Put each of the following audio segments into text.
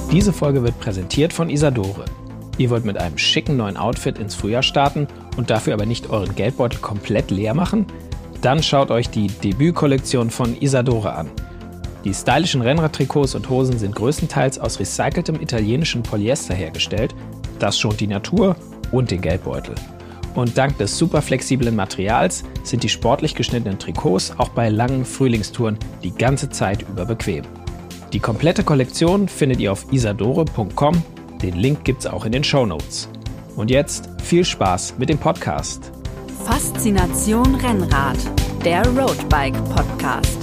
Diese Folge wird präsentiert von Isadore. Ihr wollt mit einem schicken neuen Outfit ins Frühjahr starten und dafür aber nicht euren Geldbeutel komplett leer machen? Dann schaut euch die Debütkollektion von Isadore an. Die stylischen Rennradtrikots und Hosen sind größtenteils aus recyceltem italienischem Polyester hergestellt. Das schont die Natur und den Geldbeutel. Und dank des super flexiblen Materials sind die sportlich geschnittenen Trikots auch bei langen Frühlingstouren die ganze Zeit über bequem. Die komplette Kollektion findet ihr auf isadore.com. Den Link gibt's auch in den Shownotes. Und jetzt viel Spaß mit dem Podcast. Faszination Rennrad, der Roadbike Podcast.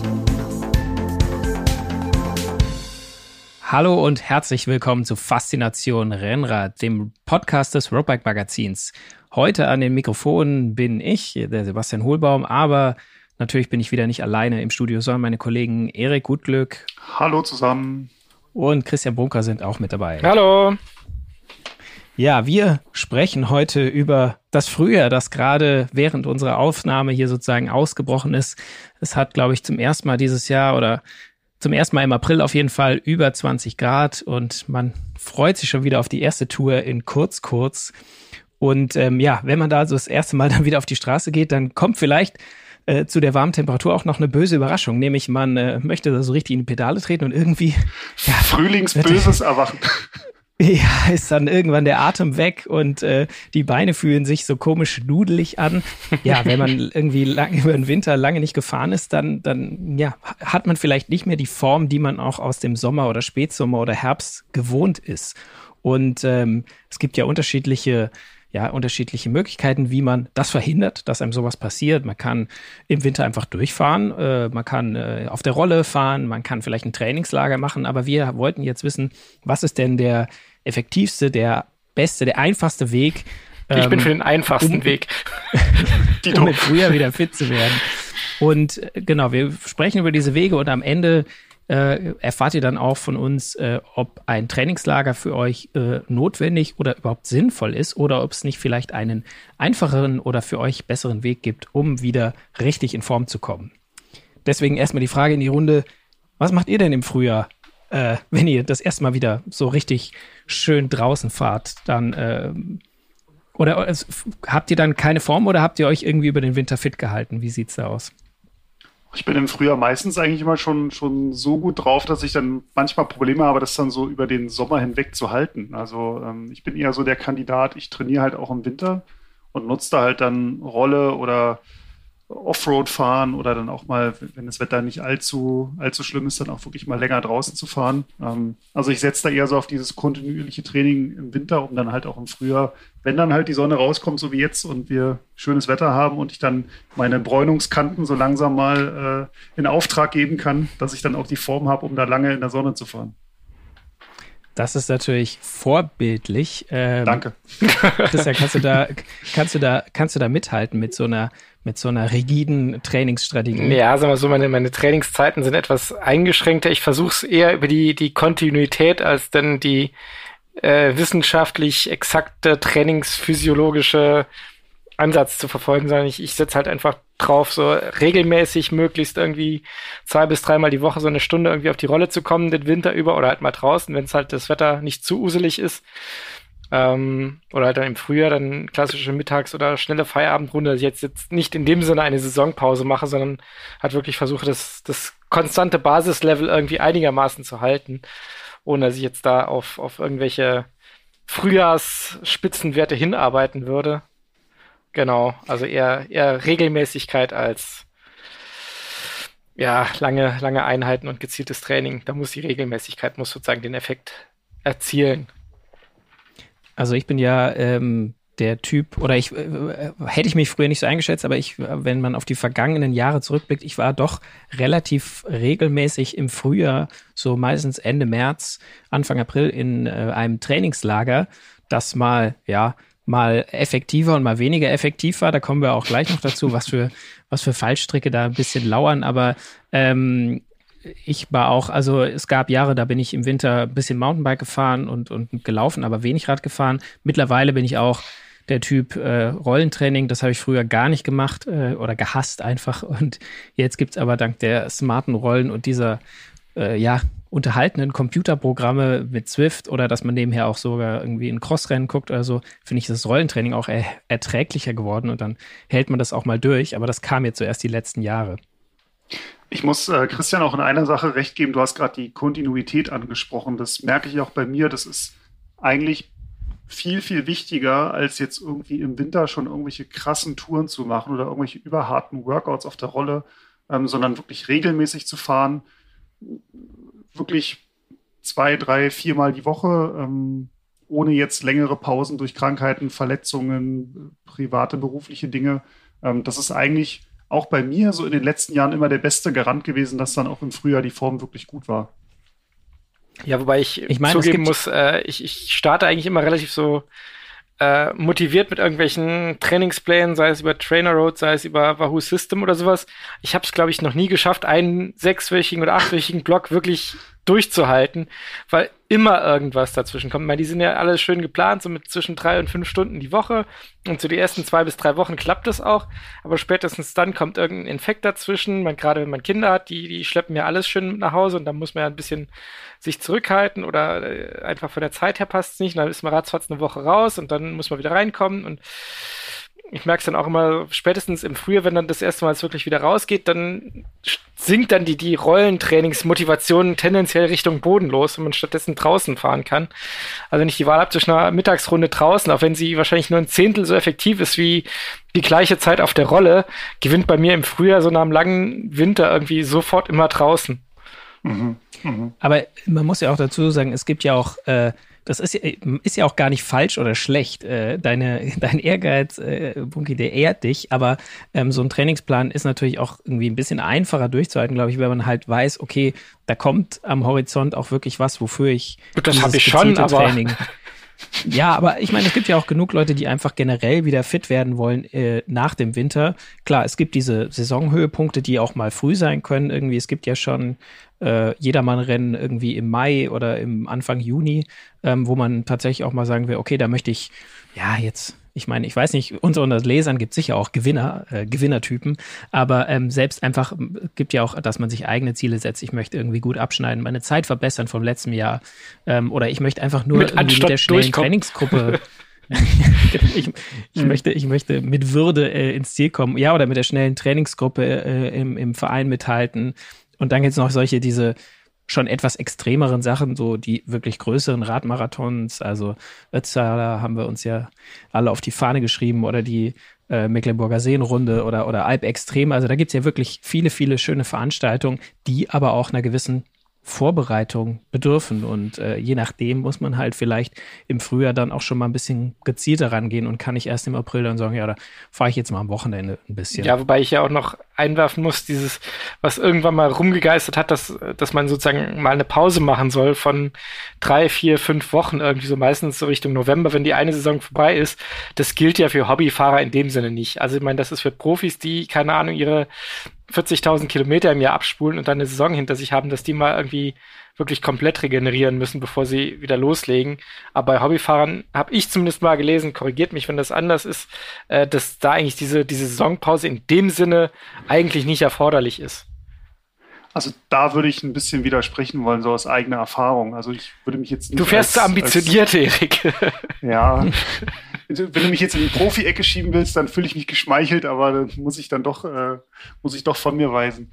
Hallo und herzlich willkommen zu Faszination Rennrad, dem Podcast des Roadbike Magazins. Heute an den Mikrofonen bin ich, der Sebastian Hohlbaum, aber natürlich bin ich wieder nicht alleine im Studio, sondern meine Kollegen Erik Gutglück. Hallo zusammen. Und Christian Bunker sind auch mit dabei. Hallo. Ja, wir sprechen heute über das Frühjahr, das gerade während unserer Aufnahme hier sozusagen ausgebrochen ist. Es hat, glaube ich, zum ersten Mal dieses Jahr oder zum ersten Mal im April auf jeden Fall über 20 Grad und man freut sich schon wieder auf die erste Tour in Kurz. Und wenn man da so das erste Mal dann wieder auf die Straße geht, dann kommt vielleicht zu der warmen Temperatur auch noch eine böse Überraschung, nämlich man möchte da so richtig in die Pedale treten und irgendwie Frühlingsböses Erwachen. Ja, ist dann irgendwann der Atem weg und die Beine fühlen sich so komisch nudelig an. Ja, wenn man irgendwie über den Winter lange nicht gefahren ist, dann hat man vielleicht nicht mehr die Form, die man auch aus dem Sommer oder Spätsommer oder Herbst gewohnt ist. Und es gibt ja unterschiedliche Möglichkeiten, wie man das verhindert, dass einem sowas passiert. Man kann im Winter einfach durchfahren, man kann auf der Rolle fahren, man kann vielleicht ein Trainingslager machen, aber wir wollten jetzt wissen, was ist denn der effektivste, der beste, der einfachste Weg? Ich bin für den einfachsten Weg. Um im Frühjahr wieder fit zu werden. Und genau, wir sprechen über diese Wege und am Ende erfahrt ihr dann auch von uns, ob ein Trainingslager für euch notwendig oder überhaupt sinnvoll ist oder ob es nicht vielleicht einen einfacheren oder für euch besseren Weg gibt, um wieder richtig in Form zu kommen. Deswegen erstmal die Frage in die Runde, was macht ihr denn im Frühjahr, wenn ihr das erste Mal wieder so richtig schön draußen fahrt? Dann habt ihr dann keine Form oder habt ihr euch irgendwie über den Winter fit gehalten? Wie sieht's da aus? Ich bin im Frühjahr meistens eigentlich immer schon so gut drauf, dass ich dann manchmal Probleme habe, das dann so über den Sommer hinweg zu halten. Also ich bin eher so der Kandidat, ich trainiere halt auch im Winter und nutze da halt dann Rolle oder Offroad fahren oder dann auch mal, wenn das Wetter nicht allzu schlimm ist, dann auch wirklich mal länger draußen zu fahren. Also ich setze da eher so auf dieses kontinuierliche Training im Winter, um dann halt auch im Frühjahr, wenn dann halt die Sonne rauskommt, so wie jetzt und wir schönes Wetter haben und ich dann meine Bräunungskanten so langsam mal in Auftrag geben kann, dass ich dann auch die Form habe, um da lange in der Sonne zu fahren. Das ist natürlich vorbildlich. Danke. Christian, kannst du da mithalten mit so einer rigiden Trainingsstrategie? Ja, sagen wir so, meine Trainingszeiten sind etwas eingeschränkter. Ich versuche es eher über die Kontinuität als dann die wissenschaftlich exakte trainingsphysiologische Ansatz zu verfolgen, sondern ich setze halt einfach drauf, so regelmäßig möglichst irgendwie 2 bis 3 Mal die Woche so eine Stunde irgendwie auf die Rolle zu kommen, den Winter über oder halt mal draußen, wenn es halt das Wetter nicht zu uselig ist. Oder halt dann im Frühjahr dann klassische Mittags- oder schnelle Feierabendrunde, dass ich jetzt nicht in dem Sinne eine Saisonpause mache, sondern halt wirklich versuche, das konstante Basislevel irgendwie einigermaßen zu halten, ohne dass ich jetzt da auf irgendwelche Frühjahrsspitzenwerte hinarbeiten würde. Genau, also eher Regelmäßigkeit als lange Einheiten und gezieltes Training. Da muss die Regelmäßigkeit sozusagen den Effekt erzielen. Also ich bin ja der Typ, oder hätte ich mich früher nicht so eingeschätzt, aber wenn man auf die vergangenen Jahre zurückblickt, ich war doch relativ regelmäßig im Frühjahr, so meistens Ende März, Anfang April in einem Trainingslager, das mal effektiver und mal weniger effektiv war. Da kommen wir auch gleich noch dazu, was für Fallstricke da ein bisschen lauern. Aber ich war auch, also es gab Jahre, da bin ich im Winter ein bisschen Mountainbike gefahren und gelaufen, aber wenig Rad gefahren. Mittlerweile bin ich auch der Typ Rollentraining. Das habe ich früher gar nicht gemacht oder gehasst einfach. Und jetzt gibt's aber dank der smarten Rollen und dieser unterhaltenden Computerprogramme mit Zwift oder dass man nebenher auch sogar irgendwie in Crossrennen guckt oder so, finde ich das Rollentraining auch erträglicher geworden und dann hält man das auch mal durch. Aber das kam jetzt so erst die letzten Jahre. Ich muss Christian auch in einer Sache recht geben. Du hast gerade die Kontinuität angesprochen. Das merke ich auch bei mir. Das ist eigentlich viel, viel wichtiger, als jetzt irgendwie im Winter schon irgendwelche krassen Touren zu machen oder irgendwelche überharten Workouts auf der Rolle, sondern wirklich regelmäßig zu fahren. Wirklich 2, 3, 4 Mal die Woche, ohne jetzt längere Pausen durch Krankheiten, Verletzungen, private, berufliche Dinge. Das ist eigentlich auch bei mir so in den letzten Jahren immer der beste Garant gewesen, dass dann auch im Frühjahr die Form wirklich gut war. Ja, wobei ich meine, zugeben muss, ich starte eigentlich immer relativ so motiviert mit irgendwelchen Trainingsplänen, sei es über Trainer Road, sei es über Wahoo System oder sowas. Ich habe es, glaube ich, noch nie geschafft, einen 6-wöchigen oder 8-wöchigen Block wirklich durchzuhalten, weil immer irgendwas dazwischen kommt. Ich meine, die sind ja alle schön geplant, so mit zwischen 3 und 5 Stunden die Woche. Und so die ersten 2 bis 3 Wochen klappt das auch. Aber spätestens dann kommt irgendein Infekt dazwischen. Gerade wenn man Kinder hat, die schleppen ja alles schön mit nach Hause und dann muss man ja ein bisschen sich zurückhalten oder einfach von der Zeit her passt es nicht. Und dann ist man ratzfatz eine Woche raus und dann muss man wieder reinkommen und ich merke es dann auch immer, spätestens im Frühjahr, wenn dann das erste Mal es wirklich wieder rausgeht, dann sinkt dann die Rollentrainingsmotivation tendenziell Richtung bodenlos, wenn man stattdessen draußen fahren kann. Also wenn ich die Wahl habe zwischen einer Mittagsrunde draußen, auch wenn sie wahrscheinlich nur 1/10 so effektiv ist wie die gleiche Zeit auf der Rolle, gewinnt bei mir im Frühjahr so nach einem langen Winter irgendwie sofort immer draußen. Aber man muss ja auch dazu sagen, es gibt ja auch das ist ja auch gar nicht falsch oder schlecht. Dein Ehrgeiz, Bunky, der ehrt dich, aber so ein Trainingsplan ist natürlich auch irgendwie ein bisschen einfacher durchzuhalten, glaube ich, wenn man halt weiß, okay, da kommt am Horizont auch wirklich was, wofür ich das habe ich schon, aber Training. Ja, aber ich meine, es gibt ja auch genug Leute, die einfach generell wieder fit werden wollen nach dem Winter. Klar, es gibt diese Saisonhöhepunkte, die auch mal früh sein können. Irgendwie, es gibt ja schon Jedermann-Rennen irgendwie im Mai oder im Anfang Juni, wo man tatsächlich auch mal sagen will, okay, da möchte ich, ja, jetzt, ich meine, ich weiß nicht, unter Lesern gibt es sicher auch Gewinnertypen, aber selbst einfach gibt ja auch, dass man sich eigene Ziele setzt. Ich möchte irgendwie gut abschneiden, meine Zeit verbessern vom letzten Jahr oder ich möchte einfach nur mit der schnellen Trainingsgruppe ich möchte mit Würde ins Ziel kommen, ja, oder mit der schnellen Trainingsgruppe im Verein mithalten. Und dann gibt es noch diese schon etwas extremeren Sachen, so die wirklich größeren Radmarathons, also Ötztaler haben wir uns ja alle auf die Fahne geschrieben oder die Mecklenburger Seenrunde oder Alp Extrem. Also da gibt es ja wirklich viele, viele schöne Veranstaltungen, die aber auch einer gewissen Vorbereitung bedürfen und je nachdem muss man halt vielleicht im Frühjahr dann auch schon mal ein bisschen gezielter rangehen und kann nicht erst im April dann sagen, ja, da fahre ich jetzt mal am Wochenende ein bisschen. Ja, wobei ich ja auch noch einwerfen muss, dieses, was irgendwann mal rumgegeistert hat, dass man sozusagen mal eine Pause machen soll von 3, 4, 5 Wochen irgendwie so meistens so Richtung November, wenn die eine Saison vorbei ist. Das gilt ja für Hobbyfahrer in dem Sinne nicht. Also ich meine, das ist für Profis, die, keine Ahnung, ihre 40.000 Kilometer im Jahr abspulen und dann eine Saison hinter sich haben, dass die mal irgendwie wirklich komplett regenerieren müssen, bevor sie wieder loslegen. Aber bei Hobbyfahrern habe ich zumindest mal gelesen, korrigiert mich, wenn das anders ist, dass da eigentlich diese Saisonpause in dem Sinne eigentlich nicht erforderlich ist. Also da würde ich ein bisschen widersprechen wollen, so aus eigener Erfahrung. Also ich würde mich jetzt nicht. Du fährst zu ambitioniert, Erik. Ja. Wenn du mich jetzt in die Profi-Ecke schieben willst, dann fühle ich mich geschmeichelt, aber dann muss ich doch von mir weisen.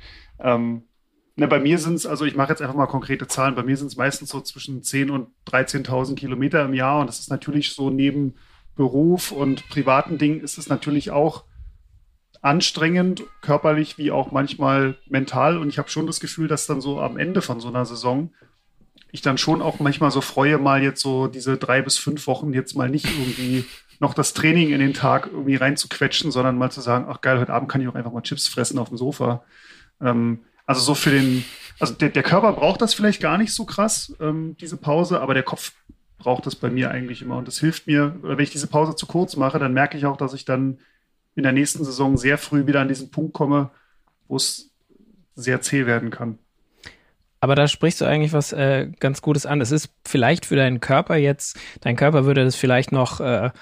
Bei mir sind es, also ich mache jetzt einfach mal konkrete Zahlen, bei mir sind es meistens so zwischen 10.000 und 13.000 Kilometer im Jahr und das ist natürlich so neben Beruf und privaten Dingen ist es natürlich auch anstrengend, körperlich wie auch manchmal mental und ich habe schon das Gefühl, dass dann so am Ende von so einer Saison ich dann schon auch manchmal so freue, mal jetzt so diese 3 bis 5 Wochen jetzt mal nicht irgendwie noch das Training in den Tag irgendwie reinzuquetschen, sondern mal zu sagen, ach geil, heute Abend kann ich auch einfach mal Chips fressen auf dem Sofa. Also so der Körper braucht das vielleicht gar nicht so krass, diese Pause, aber der Kopf braucht das bei mir eigentlich immer und das hilft mir, wenn ich diese Pause zu kurz mache, dann merke ich auch, dass ich dann in der nächsten Saison sehr früh wieder an diesen Punkt komme, wo es sehr zäh werden kann. Aber da sprichst du eigentlich was ganz Gutes an. Es ist vielleicht für deinen Körper jetzt, dein Körper würde das vielleicht noch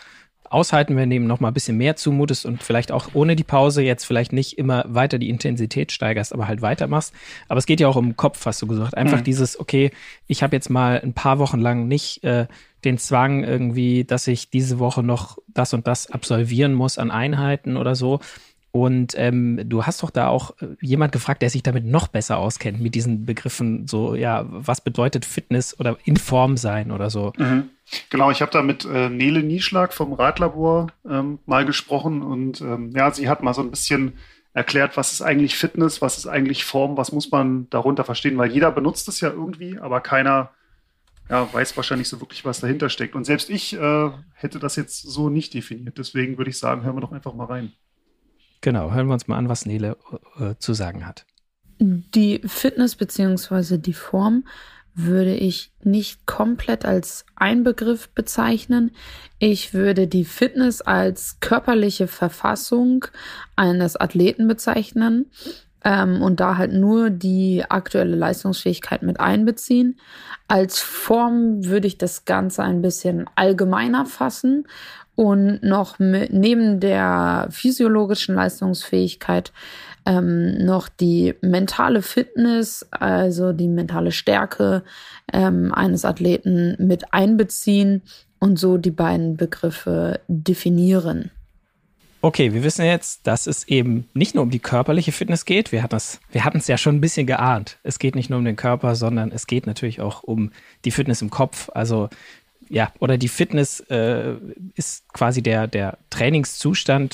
aushalten, wenn du ihm noch mal ein bisschen mehr zumutest und vielleicht auch ohne die Pause jetzt vielleicht nicht immer weiter die Intensität steigerst, aber halt weitermachst. Aber es geht ja auch um den Kopf, hast du gesagt. Einfach dieses, okay, ich habe jetzt mal ein paar Wochen lang nicht den Zwang irgendwie, dass ich diese Woche noch das und das absolvieren muss an Einheiten oder so. Und du hast doch da auch jemand gefragt, der sich damit noch besser auskennt, mit diesen Begriffen, so, ja, was bedeutet Fitness oder in Form sein oder so. Mhm. Genau, ich habe da mit Nele Nieschlag vom Radlabor mal gesprochen und ja, sie hat mal so ein bisschen erklärt, was ist eigentlich Fitness, was ist eigentlich Form, was muss man darunter verstehen, weil jeder benutzt es ja irgendwie, aber keiner weiß wahrscheinlich so wirklich, was dahinter steckt. Und selbst ich hätte das jetzt so nicht definiert, deswegen würde ich sagen, hören wir doch einfach mal rein. Genau, hören wir uns mal an, was Nele zu sagen hat. Die Fitness bzw. die Form würde ich nicht komplett als ein Begriff bezeichnen. Ich würde die Fitness als körperliche Verfassung eines Athleten bezeichnen und da halt nur die aktuelle Leistungsfähigkeit mit einbeziehen. Als Form würde ich das Ganze ein bisschen allgemeiner fassen und noch neben der physiologischen Leistungsfähigkeit noch die mentale Fitness, also die mentale Stärke eines Athleten mit einbeziehen und so die beiden Begriffe definieren. Okay, wir wissen jetzt, dass es eben nicht nur um die körperliche Fitness geht. Wir hatten es ja schon ein bisschen geahnt. Es geht nicht nur um den Körper, sondern es geht natürlich auch um die Fitness im Kopf. Also ja, oder die Fitness ist quasi der Trainingszustand,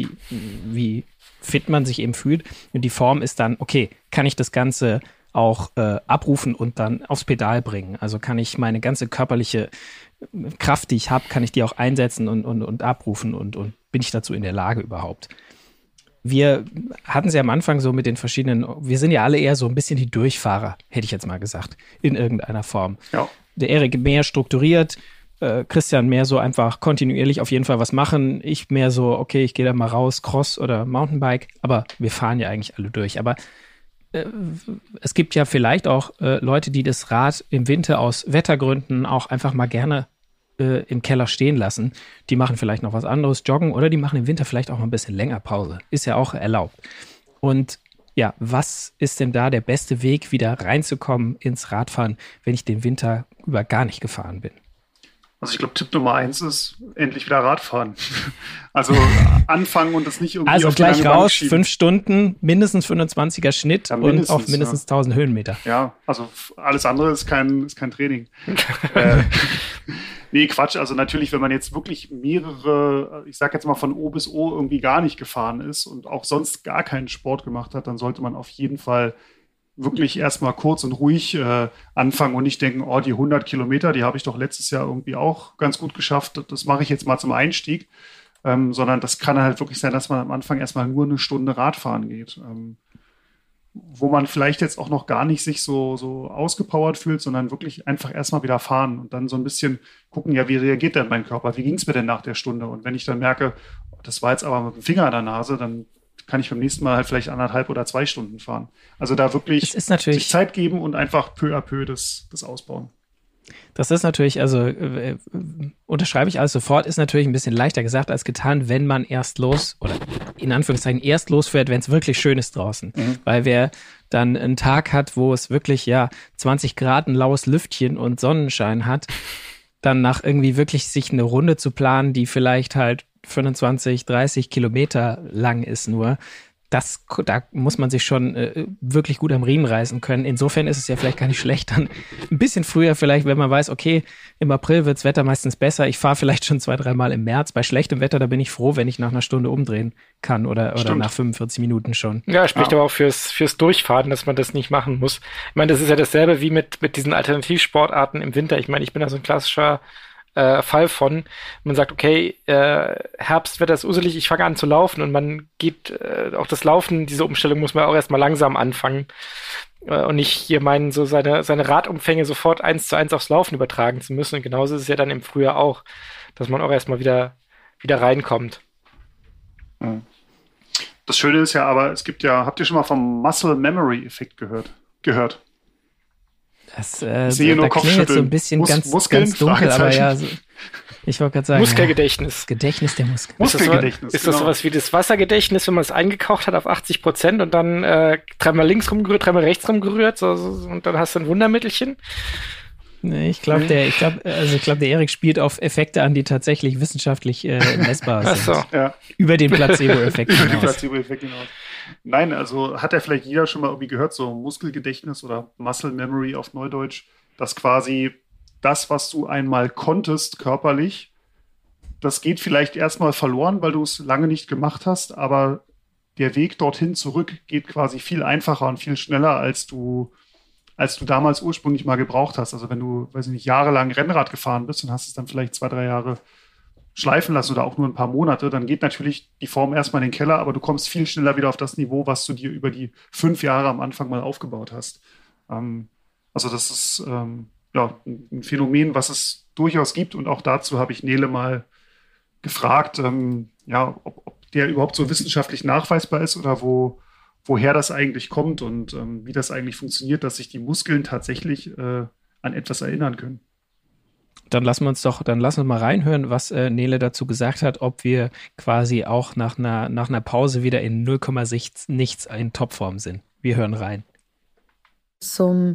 wie fit man sich eben fühlt. Und die Form ist dann, okay, kann ich das Ganze auch abrufen und dann aufs Pedal bringen? Also kann ich meine ganze körperliche Kraft, die ich habe, kann ich die auch einsetzen und abrufen und bin ich dazu in der Lage überhaupt? Wir hatten es ja am Anfang so mit den verschiedenen, wir sind ja alle eher so ein bisschen die Durchfahrer, hätte ich jetzt mal gesagt, in irgendeiner Form. Ja. Der Erik mehr strukturiert, Christian mehr so einfach kontinuierlich auf jeden Fall was machen. Ich mehr so, okay, ich gehe da mal raus, Cross oder Mountainbike. Aber wir fahren ja eigentlich alle durch. Aber es gibt ja vielleicht auch Leute, die das Rad im Winter aus Wettergründen auch einfach mal gerne im Keller stehen lassen. Die machen vielleicht noch was anderes, joggen oder die machen im Winter vielleicht auch mal ein bisschen länger Pause. Ist ja auch erlaubt. Und ja, was ist denn da der beste Weg, wieder reinzukommen ins Radfahren, wenn ich den Winter über gar nicht gefahren bin? Also ich glaube, Tipp Nummer 1 ist, endlich wieder Radfahren. Also anfangen und das nicht irgendwie also auf die gleich lange Bank raus, schieben. 5 Stunden, mindestens 25er Schnitt Ja, und auf mindestens 1000 Höhenmeter. Ja, also alles andere ist kein Training. Nee, Quatsch. Also natürlich, wenn man jetzt wirklich mehrere, ich sag jetzt mal von O bis O irgendwie gar nicht gefahren ist und auch sonst gar keinen Sport gemacht hat, dann sollte man auf jeden Fall wirklich erstmal kurz und ruhig anfangen und nicht denken, oh, die 100 Kilometer, die habe ich doch letztes Jahr irgendwie auch ganz gut geschafft. Das mache ich jetzt mal zum Einstieg. Sondern das kann halt wirklich sein, dass man am Anfang erstmal nur eine Stunde Radfahren geht. Wo man vielleicht jetzt auch noch gar nicht sich so ausgepowert fühlt, sondern wirklich einfach erstmal wieder fahren und dann so ein bisschen gucken, ja, wie reagiert denn mein Körper? Wie ging es mir denn nach der Stunde? Und wenn ich dann merke, das war jetzt aber mit dem Finger an der Nase, dann kann ich beim nächsten Mal halt vielleicht 1,5 oder 2 Stunden fahren. Also da wirklich sich Zeit geben und einfach peu à peu das ausbauen. Das ist natürlich, also unterschreibe ich alles sofort, ist natürlich ein bisschen leichter gesagt als getan, wenn man erst in Anführungszeichen erst losfährt, wenn es wirklich schön ist draußen. Mhm. Weil wer dann einen Tag hat, wo es wirklich 20 Grad, ein laues Lüftchen und Sonnenschein hat, dann nach irgendwie wirklich sich eine Runde zu planen, die vielleicht halt 25, 30 Kilometer lang ist nur, da muss man sich schon wirklich gut am Riemen reißen können. Insofern ist es ja vielleicht gar nicht schlecht, dann ein bisschen früher vielleicht, wenn man weiß, okay, im April wirds Wetter meistens besser. Ich fahre vielleicht schon 2-3 Mal im März. Bei schlechtem Wetter, da bin ich froh, wenn ich nach einer Stunde umdrehen kann oder nach 45 Minuten schon. Ja, spricht aber auch fürs Durchfahren, dass man das nicht machen muss. Ich meine, das ist ja dasselbe wie mit diesen Alternativsportarten im Winter. Ich meine, ich bin da so ein klassischer Fall von, man sagt, okay, Herbstwetter ist uselig, ich fange an zu laufen und man geht, auch das Laufen, diese Umstellung muss man auch erstmal langsam anfangen und nicht hier meinen, so seine Radumfänge sofort 1:1 aufs Laufen übertragen zu müssen. Und genauso ist es ja dann im Frühjahr auch, dass man auch erstmal wieder reinkommt. Das Schöne ist ja aber, es gibt ja, habt ihr schon mal vom Muscle Memory Effekt gehört? Das da klingt jetzt so ein bisschen ganz dunkel, aber Ich wollte gerade sagen. Muskelgedächtnis. Das Gedächtnis der Muskeln. Muskelgedächtnis. Ist das sowas wie das Wassergedächtnis, wenn man es eingekocht hat auf 80% und dann dreimal links rumgerührt, dreimal rechts rumgerührt und dann hast du ein Wundermittelchen? Nee, ich glaube, der Erik spielt auf Effekte an, die tatsächlich wissenschaftlich messbar sind. Ach so. Ja. Über den Placebo-Effekt Über den hinaus. Placebo-Effekt hinaus. Nein, also hat ja vielleicht jeder schon mal irgendwie gehört, so Muskelgedächtnis oder Muscle Memory auf Neudeutsch, dass quasi das, was du einmal konntest körperlich, das geht vielleicht erstmal verloren, weil du es lange nicht gemacht hast, aber der Weg dorthin zurück geht quasi viel einfacher und viel schneller, als du damals ursprünglich mal gebraucht hast. Also wenn du, weiß ich nicht, jahrelang Rennrad gefahren bist und hast es dann vielleicht 2-3 Jahre schleifen lassen oder auch nur ein paar Monate, dann geht natürlich die Form erstmal in den Keller, aber du kommst viel schneller wieder auf das Niveau, was du dir über die 5 Jahre am Anfang mal aufgebaut hast. Also das ist ein Phänomen, was es durchaus gibt, und auch dazu habe ich Nele mal gefragt, ob der überhaupt so wissenschaftlich nachweisbar ist oder woher das eigentlich kommt und wie das eigentlich funktioniert, dass sich die Muskeln tatsächlich an etwas erinnern können. Dann lassen wir mal reinhören, was Nele dazu gesagt hat, ob wir quasi auch nach einer Pause wieder in 0,6 nichts in Topform sind. Wir hören rein. Zum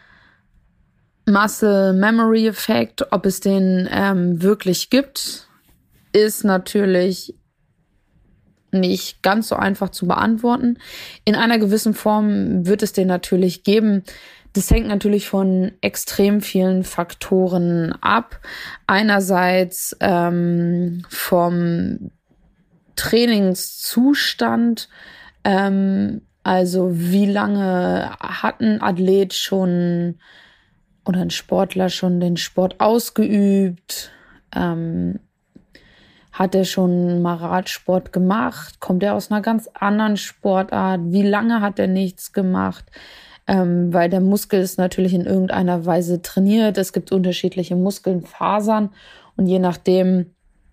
Muscle Memory Effekt, ob es den wirklich gibt, ist natürlich nicht ganz so einfach zu beantworten. In einer gewissen Form wird es den natürlich geben. Das hängt natürlich von extrem vielen Faktoren ab. Einerseits vom Trainingszustand, also wie lange hat ein Athlet schon oder ein Sportler schon den Sport ausgeübt, hat er schon mal Radsport gemacht, kommt er aus einer ganz anderen Sportart, wie lange hat er nichts gemacht, weil der Muskel ist natürlich in irgendeiner Weise trainiert. Es gibt unterschiedliche Muskelfasern und je nachdem,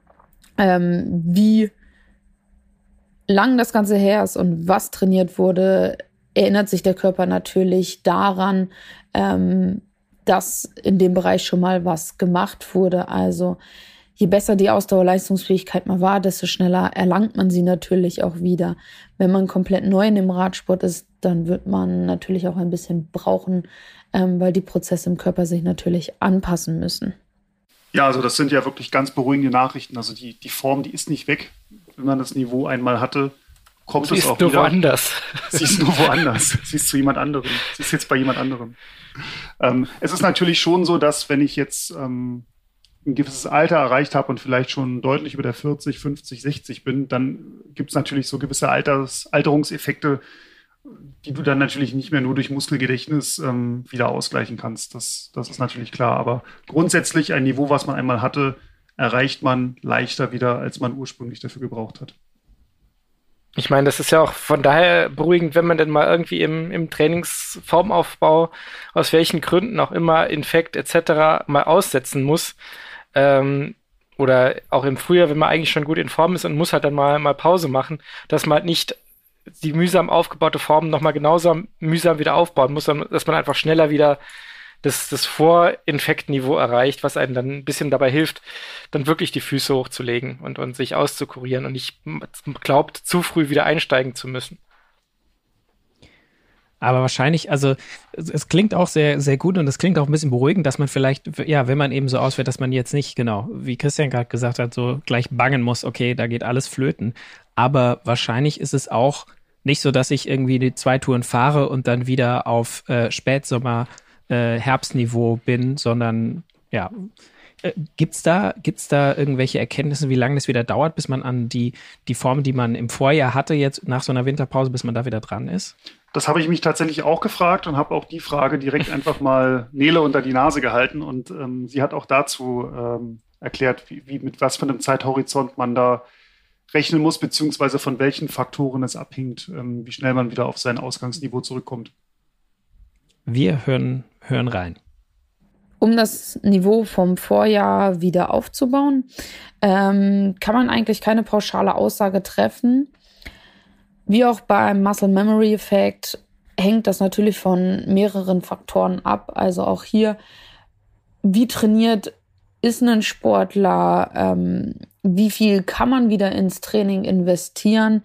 wie lang das Ganze her ist und was trainiert wurde, erinnert sich der Körper natürlich daran, dass in dem Bereich schon mal was gemacht wurde. Also je besser die Ausdauerleistungsfähigkeit mal war, desto schneller erlangt man sie natürlich auch wieder. Wenn man komplett neu in dem Radsport ist, dann wird man natürlich auch ein bisschen brauchen, weil die Prozesse im Körper sich natürlich anpassen müssen. Ja, also das sind ja wirklich ganz beruhigende Nachrichten. Also die Form, die ist nicht weg. Wenn man das Niveau einmal hatte, kommt es auch wieder. Sie ist nur woanders. Sie ist zu jemand anderem. Sie ist jetzt bei jemand anderem. Es ist natürlich schon so, dass wenn ich jetzt ein gewisses Alter erreicht habe und vielleicht schon deutlich über der 40, 50, 60 bin, dann gibt es natürlich so gewisse Alterungseffekte, die du dann natürlich nicht mehr nur durch Muskelgedächtnis wieder ausgleichen kannst. Das ist natürlich klar. Aber grundsätzlich ein Niveau, was man einmal hatte, erreicht man leichter wieder, als man ursprünglich dafür gebraucht hat. Ich meine, das ist ja auch von daher beruhigend, wenn man denn mal irgendwie im Trainingsformaufbau, aus welchen Gründen auch immer, Infekt etc. mal aussetzen muss. Oder auch im Frühjahr, wenn man eigentlich schon gut in Form ist und muss halt dann mal Pause machen, dass man halt nicht die mühsam aufgebaute Form nochmal genauso mühsam wieder aufbauen muss, sondern dass man einfach schneller wieder das Vorinfektniveau erreicht, was einem dann ein bisschen dabei hilft, dann wirklich die Füße hochzulegen und sich auszukurieren und nicht glaubt, zu früh wieder einsteigen zu müssen. Aber wahrscheinlich, also es klingt auch sehr, sehr gut und es klingt auch ein bisschen beruhigend, dass man vielleicht, ja, wenn man eben so ausfällt, dass man jetzt nicht, genau, wie Christian gerade gesagt hat, so gleich bangen muss, okay, da geht alles flöten. Aber wahrscheinlich ist es auch nicht so, dass ich irgendwie die 2 Touren fahre und dann wieder auf Spätsommer Herbstniveau bin, sondern ja, gibt's da irgendwelche Erkenntnisse, wie lange das wieder dauert, bis man an die Form, die man im Vorjahr hatte, jetzt nach so einer Winterpause, bis man da wieder dran ist? Das habe ich mich tatsächlich auch gefragt und habe auch die Frage direkt einfach mal Nele unter die Nase gehalten und sie hat auch dazu erklärt, wie mit was für einem Zeithorizont man da rechnen muss, beziehungsweise von welchen Faktoren es abhängt, wie schnell man wieder auf sein Ausgangsniveau zurückkommt. Wir hören rein. Um das Niveau vom Vorjahr wieder aufzubauen, kann man eigentlich keine pauschale Aussage treffen. Wie auch beim Muscle Memory Effekt hängt das natürlich von mehreren Faktoren ab. Also auch hier, wie trainiert ist ein Sportler, wie viel kann man wieder ins Training investieren,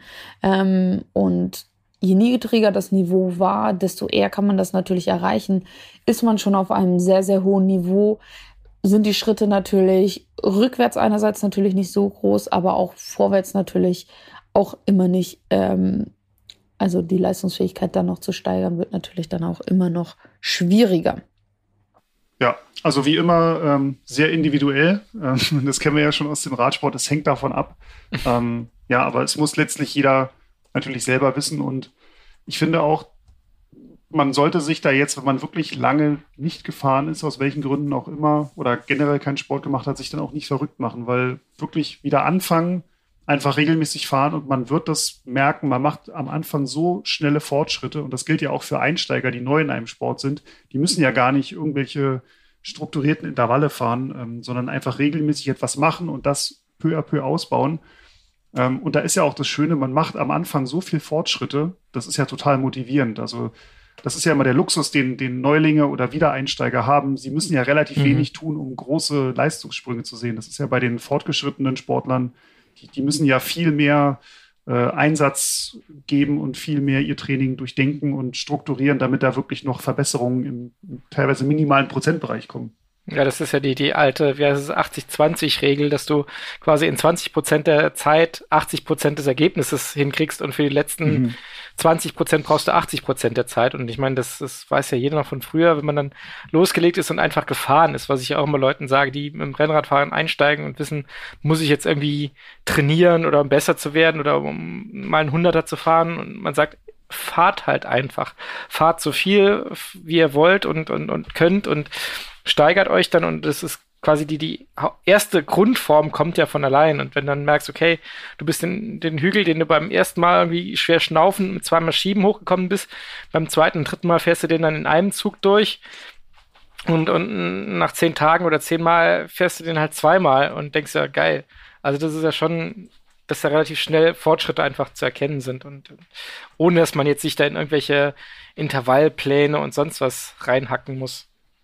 und je niedriger das Niveau war, desto eher kann man das natürlich erreichen. Ist man schon auf einem sehr, sehr hohen Niveau, sind die Schritte natürlich rückwärts einerseits natürlich nicht so groß, aber auch vorwärts natürlich auch immer nicht. Also die Leistungsfähigkeit dann noch zu steigern, wird natürlich dann auch immer noch schwieriger. Ja, also wie immer sehr individuell. Das kennen wir ja schon aus dem Radsport. Es hängt davon ab. Ja, aber es muss letztlich jeder natürlich selber wissen. Und ich finde auch, man sollte sich da jetzt, wenn man wirklich lange nicht gefahren ist, aus welchen Gründen auch immer, oder generell keinen Sport gemacht hat, sich dann auch nicht verrückt machen, weil wirklich wieder anfangen, einfach regelmäßig fahren und man wird das merken, man macht am Anfang so schnelle Fortschritte und das gilt ja auch für Einsteiger, die neu in einem Sport sind. Die müssen ja gar nicht irgendwelche strukturierten Intervalle fahren, sondern einfach regelmäßig etwas machen und das peu à peu ausbauen. Und da ist ja auch das Schöne, man macht am Anfang so viel Fortschritte, das ist ja total motivierend. Also das ist ja immer der Luxus, den Neulinge oder Wiedereinsteiger haben. Sie müssen ja relativ wenig tun, um große Leistungssprünge zu sehen. Das ist ja bei den fortgeschrittenen Sportlern, die müssen ja viel mehr Einsatz geben und viel mehr ihr Training durchdenken und strukturieren, damit da wirklich noch Verbesserungen im teilweise minimalen Prozentbereich kommen. Ja, das ist ja die alte, wie heißt es, 80-20-Regel, dass du quasi in 20% der Zeit 80% des Ergebnisses hinkriegst und für die letzten 20% brauchst du 80% der Zeit. Und ich meine, das weiß ja jeder noch von früher, wenn man dann losgelegt ist und einfach gefahren ist, was ich ja auch immer Leuten sage, die mit dem Rennradfahren einsteigen und wissen, muss ich jetzt irgendwie trainieren oder um besser zu werden oder um mal einen 100er zu fahren, und man sagt, fahrt halt einfach. Fahrt so viel, wie ihr wollt und könnt und steigert euch dann, und das ist quasi die erste Grundform kommt ja von allein, und wenn du dann merkst, okay, du bist den Hügel, den du beim ersten Mal irgendwie schwer schnaufen mit zweimal Schieben hochgekommen bist, beim zweiten und dritten Mal fährst du den dann in einem Zug durch und nach 10 Tagen oder 10 Mal fährst du den halt zweimal und denkst ja, geil. Also das ist ja schon, dass da relativ schnell Fortschritte einfach zu erkennen sind und ohne, dass man jetzt sich da in irgendwelche Intervallpläne und sonst was reinhacken muss.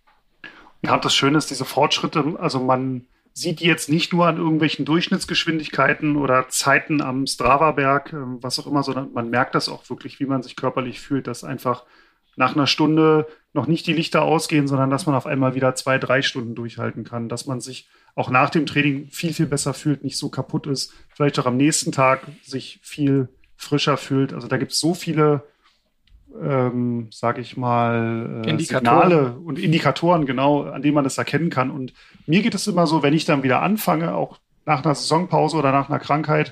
Ja, das Schöne ist, diese Fortschritte, also man sieht die jetzt nicht nur an irgendwelchen Durchschnittsgeschwindigkeiten oder Zeiten am Strava-Berg, was auch immer, sondern man merkt das auch wirklich, wie man sich körperlich fühlt, dass einfach nach einer Stunde noch nicht die Lichter ausgehen, sondern dass man auf einmal wieder 2-3 Stunden durchhalten kann, dass man sich auch nach dem Training viel, viel besser fühlt, nicht so kaputt ist, vielleicht auch am nächsten Tag sich viel frischer fühlt. Also da gibt es so viele sage ich mal, Signale und Indikatoren, genau, an denen man das erkennen kann. Und mir geht es immer so, wenn ich dann wieder anfange, auch nach einer Saisonpause oder nach einer Krankheit,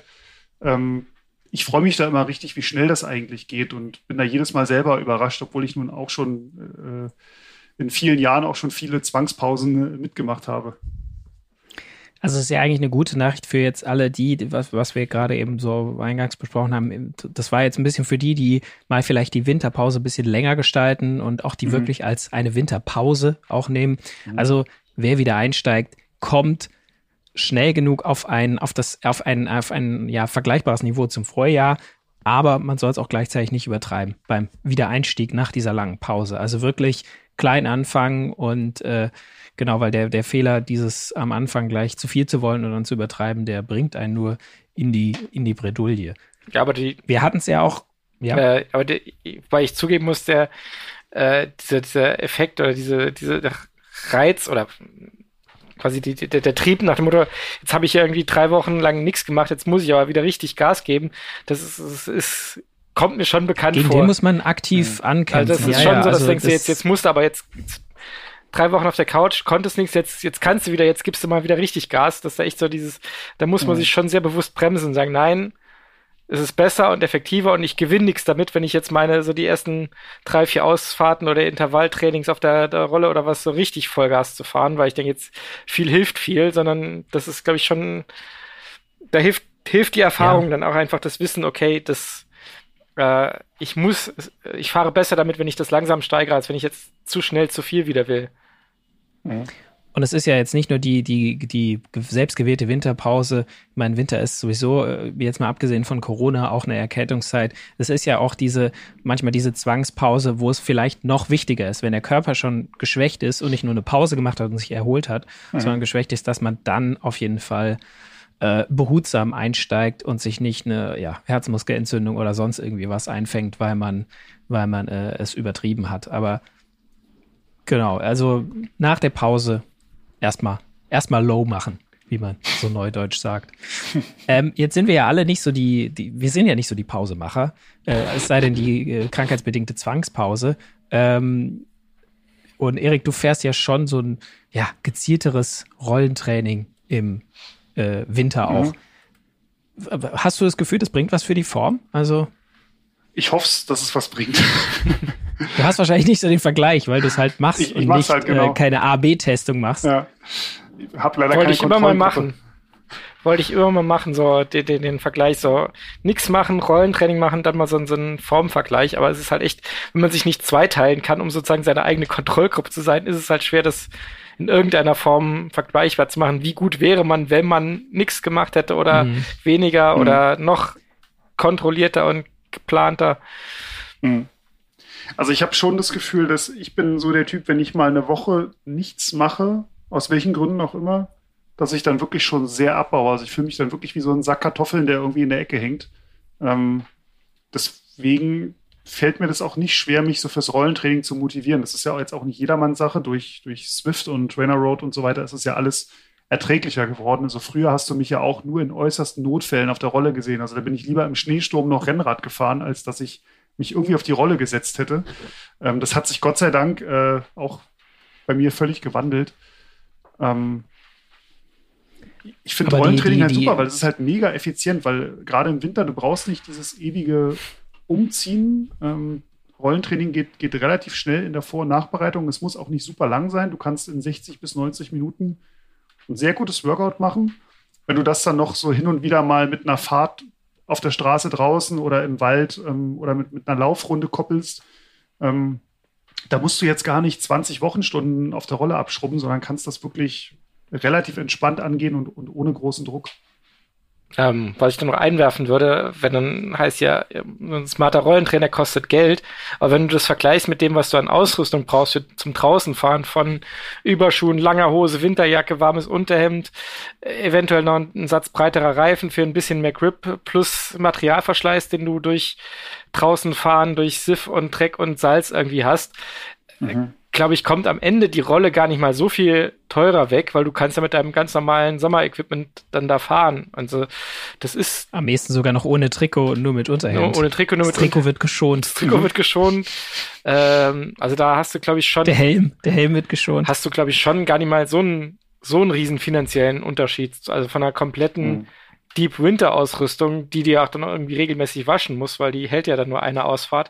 ich freue mich da immer richtig, wie schnell das eigentlich geht und bin da jedes Mal selber überrascht, obwohl ich nun auch schon in vielen Jahren auch schon viele Zwangspausen mitgemacht habe. Also es ist ja eigentlich eine gute Nachricht für jetzt alle die, was wir gerade eben so eingangs besprochen haben. Das war jetzt ein bisschen für die mal vielleicht die Winterpause ein bisschen länger gestalten und auch die wirklich als eine Winterpause auch nehmen. Also wer wieder einsteigt, kommt schnell genug auf ein vergleichbares Niveau zum Vorjahr. Aber man soll es auch gleichzeitig nicht übertreiben beim Wiedereinstieg nach dieser langen Pause. Also wirklich klein anfangen und genau, weil der Fehler, dieses am Anfang gleich zu viel zu wollen und dann zu übertreiben, der bringt einen nur in die Bredouille. Ja, aber wir hatten es ja auch. Ja. Weil ich zugeben muss, dieser Effekt oder dieser Reiz oder quasi der Trieb nach dem Motto, jetzt habe ich ja irgendwie 3 Wochen lang nichts gemacht, jetzt muss ich aber wieder richtig Gas geben. Das ist kommt mir schon bekannt vor. Gegen den muss man aktiv ankämpfen. Also das ist schon so, dass du denkst, jetzt musst du aber jetzt 3 Wochen auf der Couch, konntest nichts, jetzt kannst du wieder, jetzt gibst du mal wieder richtig Gas. Das ist da echt so da muss man sich schon sehr bewusst bremsen und sagen, nein, es ist besser und effektiver und ich gewinne nichts damit, wenn ich jetzt die ersten 3-4 Ausfahrten oder Intervalltrainings auf der Rolle oder was so richtig Vollgas zu fahren, weil ich denke, jetzt viel hilft viel, sondern das ist, glaube ich, schon, da hilft die Erfahrung dann auch einfach das Wissen, okay, ich fahre besser damit, wenn ich das langsam steigere, als wenn ich jetzt zu schnell zu viel wieder will. Und es ist ja jetzt nicht nur die selbstgewählte Winterpause. Ich meine, Winter ist sowieso, jetzt mal abgesehen von Corona, auch eine Erkältungszeit. Es ist ja auch manchmal diese Zwangspause, wo es vielleicht noch wichtiger ist, wenn der Körper schon geschwächt ist und nicht nur eine Pause gemacht hat und sich erholt hat, sondern geschwächt ist, dass man dann auf jeden Fall behutsam einsteigt und sich nicht eine Herzmuskelentzündung oder sonst irgendwie was einfängt, weil man es übertrieben hat. Aber genau, also nach der Pause erstmal low machen, wie man so neudeutsch sagt. Jetzt sind wir ja alle nicht so wir sind ja nicht so die Pausemacher, es sei denn die krankheitsbedingte Zwangspause. Und Erik, du fährst ja schon so ein gezielteres Rollentraining im Winter auch. Hast du das Gefühl, das bringt was für die Form? Also ich hoffe, dass es was bringt. Du hast wahrscheinlich nicht so den Vergleich, weil du es halt machst ich und mach's nicht halt, genau. Keine A/B-Testung machst. Ja. Ich habe leider Wollte keine ich immer mal Kontrollgruppe. machen, so den Vergleich, so nichts machen, Rollentraining machen, dann mal so einen Formvergleich. Aber es ist halt echt, wenn man sich nicht zweiteilen kann, um sozusagen seine eigene Kontrollgruppe zu sein, ist es halt schwer, das in irgendeiner Form vergleichbar zu machen. Wie gut wäre man, wenn man nichts gemacht hätte oder weniger oder noch kontrollierter und geplanter. Also ich habe schon das Gefühl, dass ich bin so der Typ, wenn ich mal eine Woche nichts mache, aus welchen Gründen auch immer, dass ich dann wirklich schon sehr abbaue. Also ich fühle mich dann wirklich wie so ein Sack Kartoffeln, der irgendwie in der Ecke hängt. Deswegen fällt mir das auch nicht schwer, mich so fürs Rollentraining zu motivieren. Das ist ja jetzt auch nicht jedermanns Sache. Durch Swift und Trainer Road und so weiter ist es ja alles erträglicher geworden. Also früher hast du mich ja auch nur in äußersten Notfällen auf der Rolle gesehen. Also da bin ich lieber im Schneesturm noch Rennrad gefahren, als dass ich mich irgendwie auf die Rolle gesetzt hätte. Das hat sich Gott sei Dank auch bei mir völlig gewandelt. Ich finde Rollentraining halt super, weil es ist halt mega effizient, weil gerade im Winter, du brauchst nicht dieses ewige Umziehen. Rollentraining geht relativ schnell in der Vor- und Nachbereitung. Es muss auch nicht super lang sein. Du kannst in 60 bis 90 Minuten ein sehr gutes Workout machen. Wenn du das dann noch so hin und wieder mal mit einer Fahrt auf der Straße draußen oder im Wald oder mit einer Laufrunde koppelst, da musst du jetzt gar nicht 20 Wochenstunden auf der Rolle abschrubben, sondern kannst das wirklich relativ entspannt angehen und ohne großen Druck. Was ich dann noch einwerfen würde, wenn dann heißt ja, ein smarter Rollentrainer kostet Geld, aber wenn du das vergleichst mit dem, was du an Ausrüstung brauchst zum Draußenfahren, von Überschuhen, langer Hose, Winterjacke, warmes Unterhemd, eventuell noch einen Satz breiterer Reifen für ein bisschen mehr Grip plus Materialverschleiß, den du durch draußen fahren, durch Siff und Dreck und Salz irgendwie hast, glaube ich, kommt am Ende die Rolle gar nicht mal so viel teurer weg, weil du kannst ja mit deinem ganz normalen Sommerequipment dann da fahren. Also das ist am ehesten sogar noch ohne Trikot und nur mit Unterhemd. Ohne Trikot, nur mit Trikot wird geschont. Das Trikot wird geschont. Also da hast du, glaube ich, schon... Der Helm wird geschont. Hast du, glaube ich, schon gar nicht mal so einen riesen finanziellen Unterschied. Also von einer kompletten Deep Winter Ausrüstung, die dir auch dann irgendwie regelmäßig waschen muss, weil die hält ja dann nur eine Ausfahrt.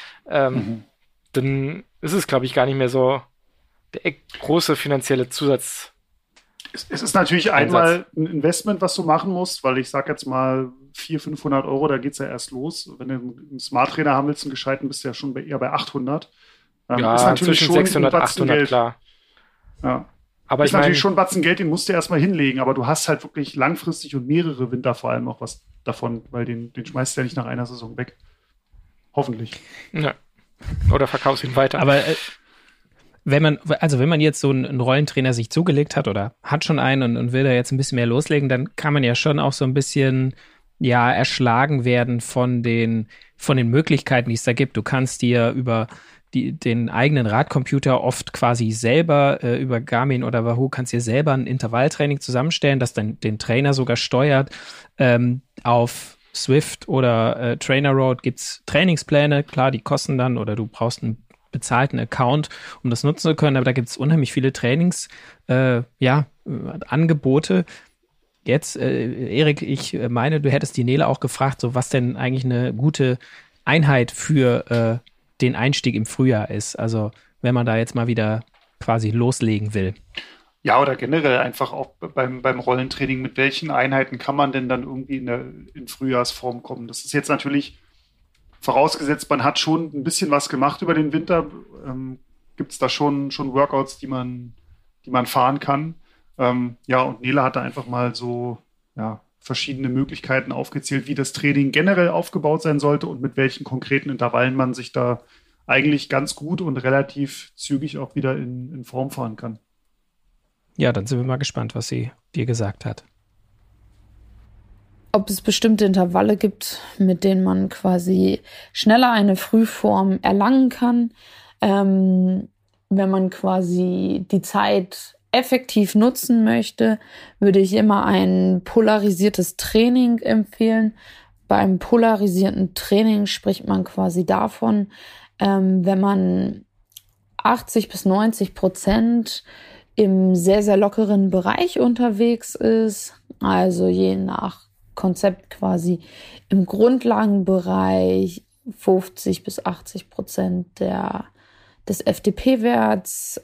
Dann ist es, glaube ich, gar nicht mehr so der große finanzielle Zusatz. Es ist natürlich einmal ein Investment, was du machen musst, weil ich sage jetzt mal 400-500 Euro, da geht es ja erst los. Wenn du einen Smart-Trainer haben willst, einen gescheiten, bist du ja schon eher bei 800. Ja, ist natürlich zwischen schon 600 und 800, Geld. klar. Ja. Aber ist natürlich schon ein Batzen Geld, den musst du erstmal hinlegen, aber du hast halt wirklich langfristig und mehrere Winter vor allem auch was davon, weil den schmeißt du ja nicht nach einer Saison weg. Hoffentlich. Ja. Oder verkaufst ihn weiter. Aber wenn man jetzt so einen Rollentrainer sich zugelegt hat oder hat schon einen und will da jetzt ein bisschen mehr loslegen, dann kann man ja schon auch so ein bisschen erschlagen werden von den Möglichkeiten, die es da gibt. Du kannst dir über den eigenen Radcomputer oft quasi selber über Garmin oder Wahoo kannst dir selber ein Intervalltraining zusammenstellen, das dann den Trainer sogar steuert. Auf Swift oder Trainer Road gibt's Trainingspläne, klar, die kosten dann oder du brauchst einen bezahlten Account, um das nutzen zu können, aber da gibt's unheimlich viele Angebote. Jetzt, Erik, ich meine, du hättest die Nele auch gefragt, so was denn eigentlich eine gute Einheit für den Einstieg im Frühjahr ist. Also wenn man da jetzt mal wieder quasi loslegen will. Ja, oder generell einfach auch beim Rollentraining, mit welchen Einheiten kann man denn dann irgendwie in Frühjahrsform kommen? Das ist jetzt natürlich vorausgesetzt, man hat schon ein bisschen was gemacht über den Winter. Gibt es da schon Workouts, die man man fahren kann. Ja, und Nele hat da einfach mal so verschiedene Möglichkeiten aufgezählt, wie das Training generell aufgebaut sein sollte und mit welchen konkreten Intervallen man sich da eigentlich ganz gut und relativ zügig auch wieder in Form fahren kann. Ja, dann sind wir mal gespannt, was sie dir gesagt hat. Ob es bestimmte Intervalle gibt, mit denen man quasi schneller eine Frühform erlangen kann, wenn man quasi die Zeit effektiv nutzen möchte, würde ich immer ein polarisiertes Training empfehlen. Beim polarisierten Training spricht man quasi davon, wenn man 80-90% im sehr, sehr lockeren Bereich unterwegs ist, also je nach Konzept quasi im Grundlagenbereich 50-80% des FTP-Werts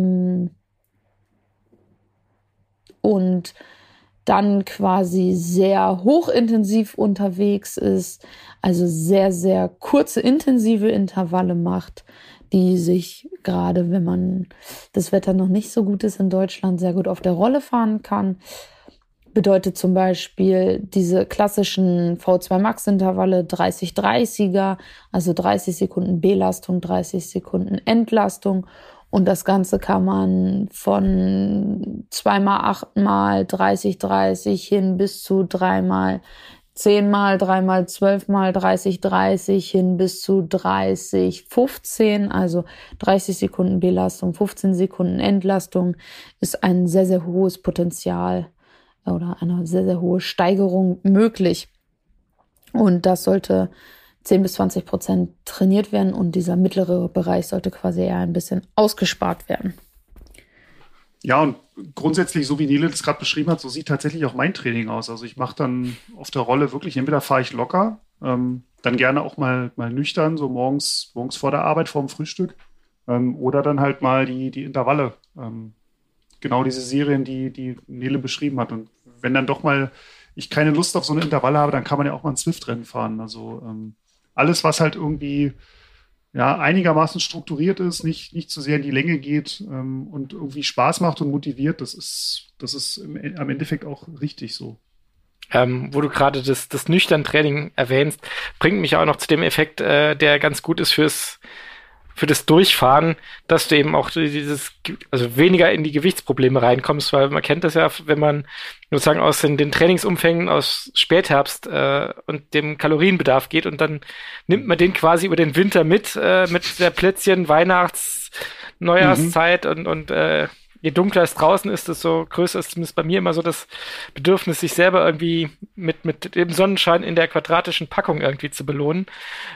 und dann quasi sehr hochintensiv unterwegs ist, also sehr, sehr kurze, intensive Intervalle macht, die sich gerade, wenn man das Wetter noch nicht so gut ist in Deutschland, sehr gut auf der Rolle fahren kann. Bedeutet zum Beispiel diese klassischen V2 Max Intervalle 30-30er, also 30 Sekunden Belastung, 30 Sekunden Entlastung. Und das Ganze kann man von 2x8x 30-30 hin bis zu 3x 10x, 3x 12x 30-30 hin bis zu 30-15, also 30 Sekunden Belastung, 15 Sekunden Entlastung, ist ein sehr, sehr hohes Potenzial oder eine sehr, sehr hohe Steigerung möglich. Und das sollte 10-20% trainiert werden und dieser mittlere Bereich sollte quasi eher ein bisschen ausgespart werden. Ja, und grundsätzlich, so wie Nele das gerade beschrieben hat, so sieht tatsächlich auch mein Training aus. Also ich mache dann auf der Rolle wirklich, entweder fahre ich locker, dann gerne auch mal nüchtern, so morgens vor der Arbeit, vorm Frühstück, oder dann halt mal die Intervalle. Genau diese Serien, die Nele beschrieben hat. Und wenn dann doch mal ich keine Lust auf so eine Intervalle habe, dann kann man ja auch mal ein Zwift-Rennen fahren. Also alles, was halt irgendwie einigermaßen strukturiert ist, nicht zu sehr in die Länge geht und irgendwie Spaß macht und motiviert, das ist am Endeffekt auch richtig so. Wo du gerade das Nüchtern-Training erwähnst, bringt mich auch noch zu dem Effekt, der ganz gut ist für das Durchfahren, dass du eben auch also weniger in die Gewichtsprobleme reinkommst, weil man kennt das ja, wenn man sozusagen aus den Trainingsumfängen aus Spätherbst und dem Kalorienbedarf geht und dann nimmt man den quasi über den Winter mit der Plätzchen, Weihnachts-, Neujahrszeit und je dunkler es draußen ist, desto größer ist zumindest bei mir immer so das Bedürfnis, sich selber irgendwie mit dem Sonnenschein in der quadratischen Packung irgendwie zu belohnen.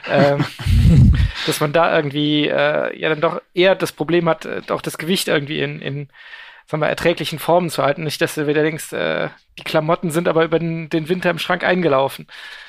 Dass man da irgendwie dann doch eher das Problem hat, auch das Gewicht irgendwie in sagen wir, erträglichen Formen zu halten. Nicht, dass du wieder denkst, die Klamotten sind aber über den Winter im Schrank eingelaufen.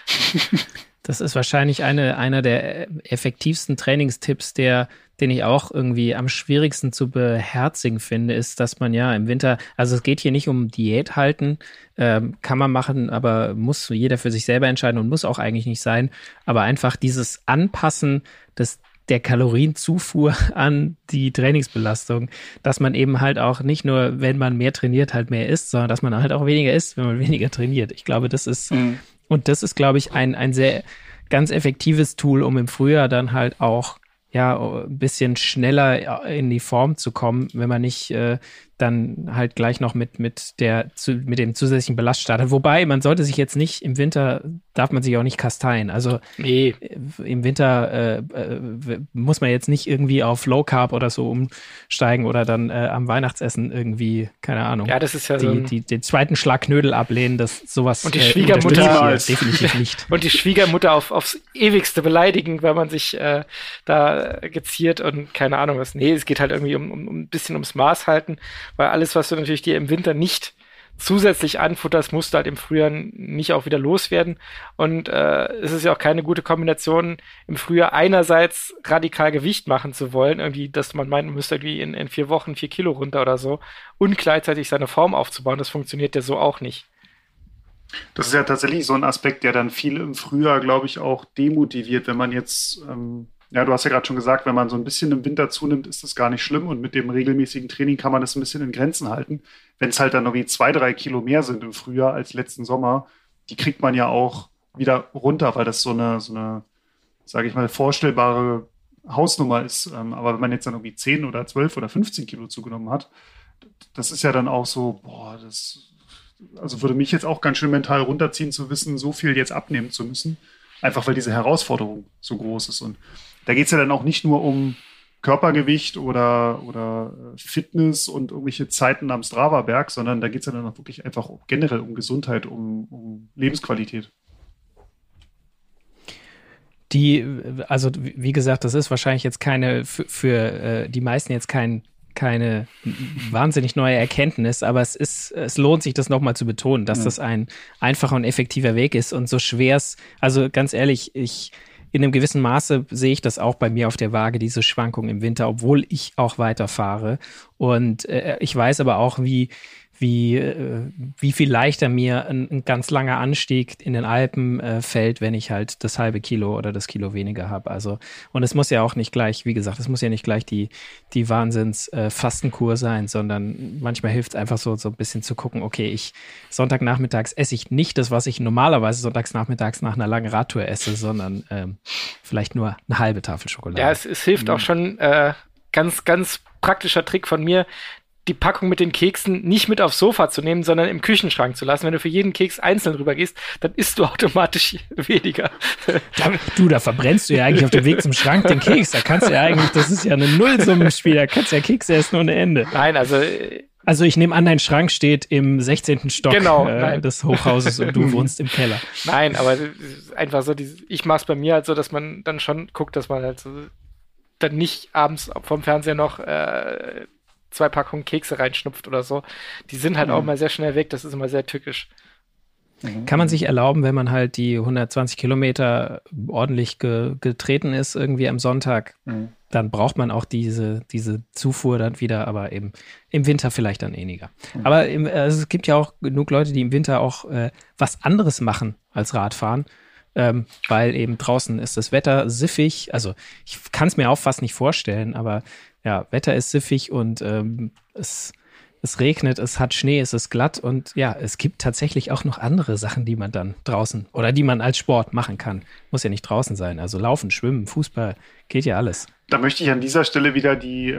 Das ist wahrscheinlich einer der effektivsten Trainingstipps, den ich auch irgendwie am schwierigsten zu beherzigen finde, ist, dass man ja im Winter, also es geht hier nicht um Diät halten, kann man machen, aber muss jeder für sich selber entscheiden und muss auch eigentlich nicht sein, aber einfach dieses Anpassen der Kalorienzufuhr an die Trainingsbelastung, dass man eben halt auch nicht nur, wenn man mehr trainiert, halt mehr isst, sondern dass man halt auch weniger isst, wenn man weniger trainiert. Ich glaube, das ist, und das ist, glaube ich, ein sehr ganz effektives Tool, um im Frühjahr dann halt auch ein bisschen schneller in die Form zu kommen, wenn man nicht dann halt gleich noch mit dem zusätzlichen Belast startet. Wobei, man sollte sich jetzt nicht im Winter, darf man sich auch nicht kasteien. Also im Winter muss man jetzt nicht irgendwie auf Low Carb oder so umsteigen oder dann am Weihnachtsessen irgendwie, keine Ahnung, ja, das ist ja den zweiten Schlag Knödel ablehnen, das sowas und die Schwiegermutter definitiv nicht. Und die Schwiegermutter aufs Ewigste beleidigen, weil man sich da geziert und keine Ahnung was. Nee, es geht halt irgendwie um ein bisschen ums Maß halten, weil alles, was du natürlich dir im Winter nicht zusätzlich anfutterst, musst du halt im Frühjahr nicht auch wieder loswerden. Und es ist ja auch keine gute Kombination, im Frühjahr einerseits radikal Gewicht machen zu wollen, irgendwie, dass man meint, man müsste irgendwie in 4 Wochen 4 Kilo runter oder so, und gleichzeitig seine Form aufzubauen. Das funktioniert ja so auch nicht. Das ist ja tatsächlich so ein Aspekt, der dann viele im Frühjahr, glaube ich, auch demotiviert, wenn man jetzt Ja, du hast ja gerade schon gesagt, wenn man so ein bisschen im Winter zunimmt, ist das gar nicht schlimm und mit dem regelmäßigen Training kann man das ein bisschen in Grenzen halten. Wenn es halt dann irgendwie 2-3 Kilo mehr sind im Frühjahr als letzten Sommer, die kriegt man ja auch wieder runter, weil das so eine, sage ich mal, vorstellbare Hausnummer ist. Aber wenn man jetzt dann irgendwie 10 oder 12 oder 15 Kilo zugenommen hat, das ist ja dann auch so, also würde mich jetzt auch ganz schön mental runterziehen zu wissen, so viel jetzt abnehmen zu müssen, einfach weil diese Herausforderung so groß ist. Und da geht es ja dann auch nicht nur um Körpergewicht oder Fitness und irgendwelche Zeiten am Strava-Berg, sondern da geht es ja dann auch wirklich einfach generell um Gesundheit, um Lebensqualität. Also wie gesagt, das ist wahrscheinlich jetzt für die meisten jetzt keine wahnsinnig neue Erkenntnis, aber es lohnt sich, das nochmal zu betonen, dass das ein einfacher und effektiver Weg ist und so schwer's, also ganz ehrlich, in einem gewissen Maße sehe ich das auch bei mir auf der Waage, diese Schwankungen im Winter, obwohl ich auch weiterfahre. Und ich weiß aber auch, wie viel leichter mir ein ganz langer Anstieg in den Alpen fällt, wenn ich halt das halbe Kilo oder das Kilo weniger habe. Also, und es muss ja auch nicht gleich, wie gesagt, es muss ja nicht gleich die Wahnsinns-Fastenkur sein, sondern manchmal hilft es einfach so ein bisschen zu gucken, okay, Sonntagnachmittags esse ich nicht das, was ich normalerweise sonntagsnachmittags nach einer langen Radtour esse, sondern vielleicht nur eine halbe Tafel Schokolade. Ja, es hilft auch schon, ganz, ganz praktischer Trick von mir, die Packung mit den Keksen nicht mit aufs Sofa zu nehmen, sondern im Küchenschrank zu lassen. Wenn du für jeden Keks einzeln rübergehst, dann isst du automatisch weniger. Da verbrennst du ja eigentlich auf dem Weg zum Schrank den Keks. Da kannst du ja eigentlich, das ist ja ein Nullsummenspiel, da kannst du ja Kekse essen ohne Ende. Nein, also ich nehme an, dein Schrank steht im 16. Stock des Hochhauses und du wohnst im Keller. Nein, aber einfach so, ich mach's bei mir halt so, dass man dann schon guckt, dass man halt so dann nicht abends vom Fernseher noch 2 Packungen Kekse reinschnupft oder so. Die sind halt auch mal sehr schnell weg. Das ist immer sehr tückisch. Kann man sich erlauben, wenn man halt die 120 Kilometer ordentlich getreten ist irgendwie am Sonntag, dann braucht man auch diese Zufuhr dann wieder, aber eben im Winter vielleicht dann weniger. Aber also es gibt ja auch genug Leute, die im Winter auch was anderes machen als Radfahren, weil eben draußen ist das Wetter siffig. Also ich kann es mir auch fast nicht vorstellen, aber ja, Wetter ist siffig und es regnet, es hat Schnee, es ist glatt und ja, es gibt tatsächlich auch noch andere Sachen, die man dann draußen oder die man als Sport machen kann. Muss ja nicht draußen sein. Also Laufen, Schwimmen, Fußball, geht ja alles. Da möchte ich an dieser Stelle wieder die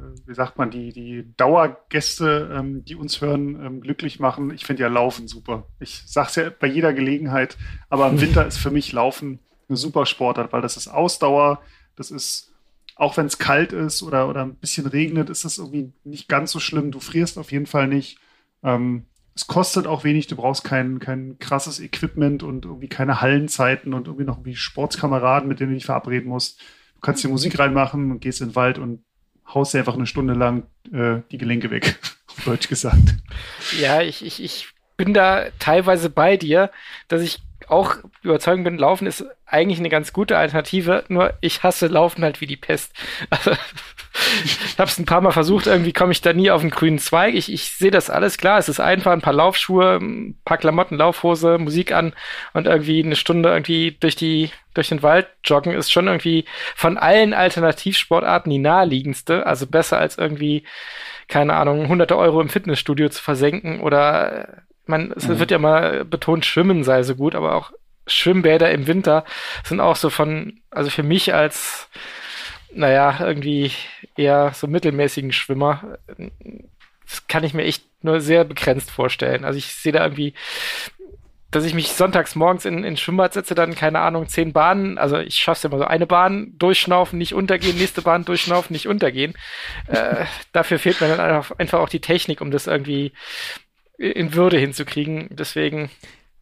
Dauergäste, die uns hören, glücklich machen. Ich finde ja Laufen super. Ich sag's ja bei jeder Gelegenheit, aber im Winter ist für mich Laufen eine super Sportart, weil das ist Ausdauer, das ist auch wenn es kalt ist oder ein bisschen regnet, ist das irgendwie nicht ganz so schlimm. Du frierst auf jeden Fall nicht. Es kostet auch wenig. Du brauchst kein krasses Equipment und irgendwie keine Hallenzeiten und irgendwie noch irgendwie Sportskameraden, mit denen du dich verabreden musst. Du kannst dir Musik reinmachen und gehst in den Wald und haust dir einfach eine Stunde lang die Gelenke weg, auf Deutsch gesagt. Ja, ich bin da teilweise bei dir, dass ich auch überzeugt bin, Laufen ist eigentlich eine ganz gute Alternative, nur ich hasse Laufen halt wie die Pest. Also, ich habe es ein paar Mal versucht, irgendwie komme ich da nie auf den grünen Zweig. Ich sehe das alles klar, es ist einfach ein paar Laufschuhe, ein paar Klamotten, Laufhose, Musik an und irgendwie eine Stunde irgendwie durch den Wald joggen ist schon irgendwie von allen Alternativsportarten die naheliegendste, also besser als irgendwie, keine Ahnung, hunderte Euro im Fitnessstudio zu versenken oder es wird ja mal betont, Schwimmen sei so gut, aber auch Schwimmbäder im Winter sind auch so also für mich als, irgendwie eher so mittelmäßigen Schwimmer, das kann ich mir echt nur sehr begrenzt vorstellen. Also ich sehe da irgendwie, dass ich mich sonntags morgens in Schwimmbad setze, dann, keine Ahnung, 10 Bahnen, also ich schaff's ja immer so, eine Bahn durchschnaufen, nicht untergehen, nächste Bahn durchschnaufen, nicht untergehen. Dafür fehlt mir dann einfach auch die Technik, um das irgendwie in Würde hinzukriegen, deswegen.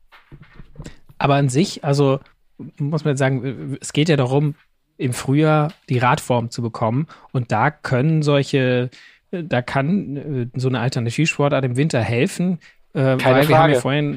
Aber an sich, also muss man sagen, es geht ja darum, im Frühjahr die Radform zu bekommen und da kann so eine Alternativsportart im Winter helfen, weil Frage. wir haben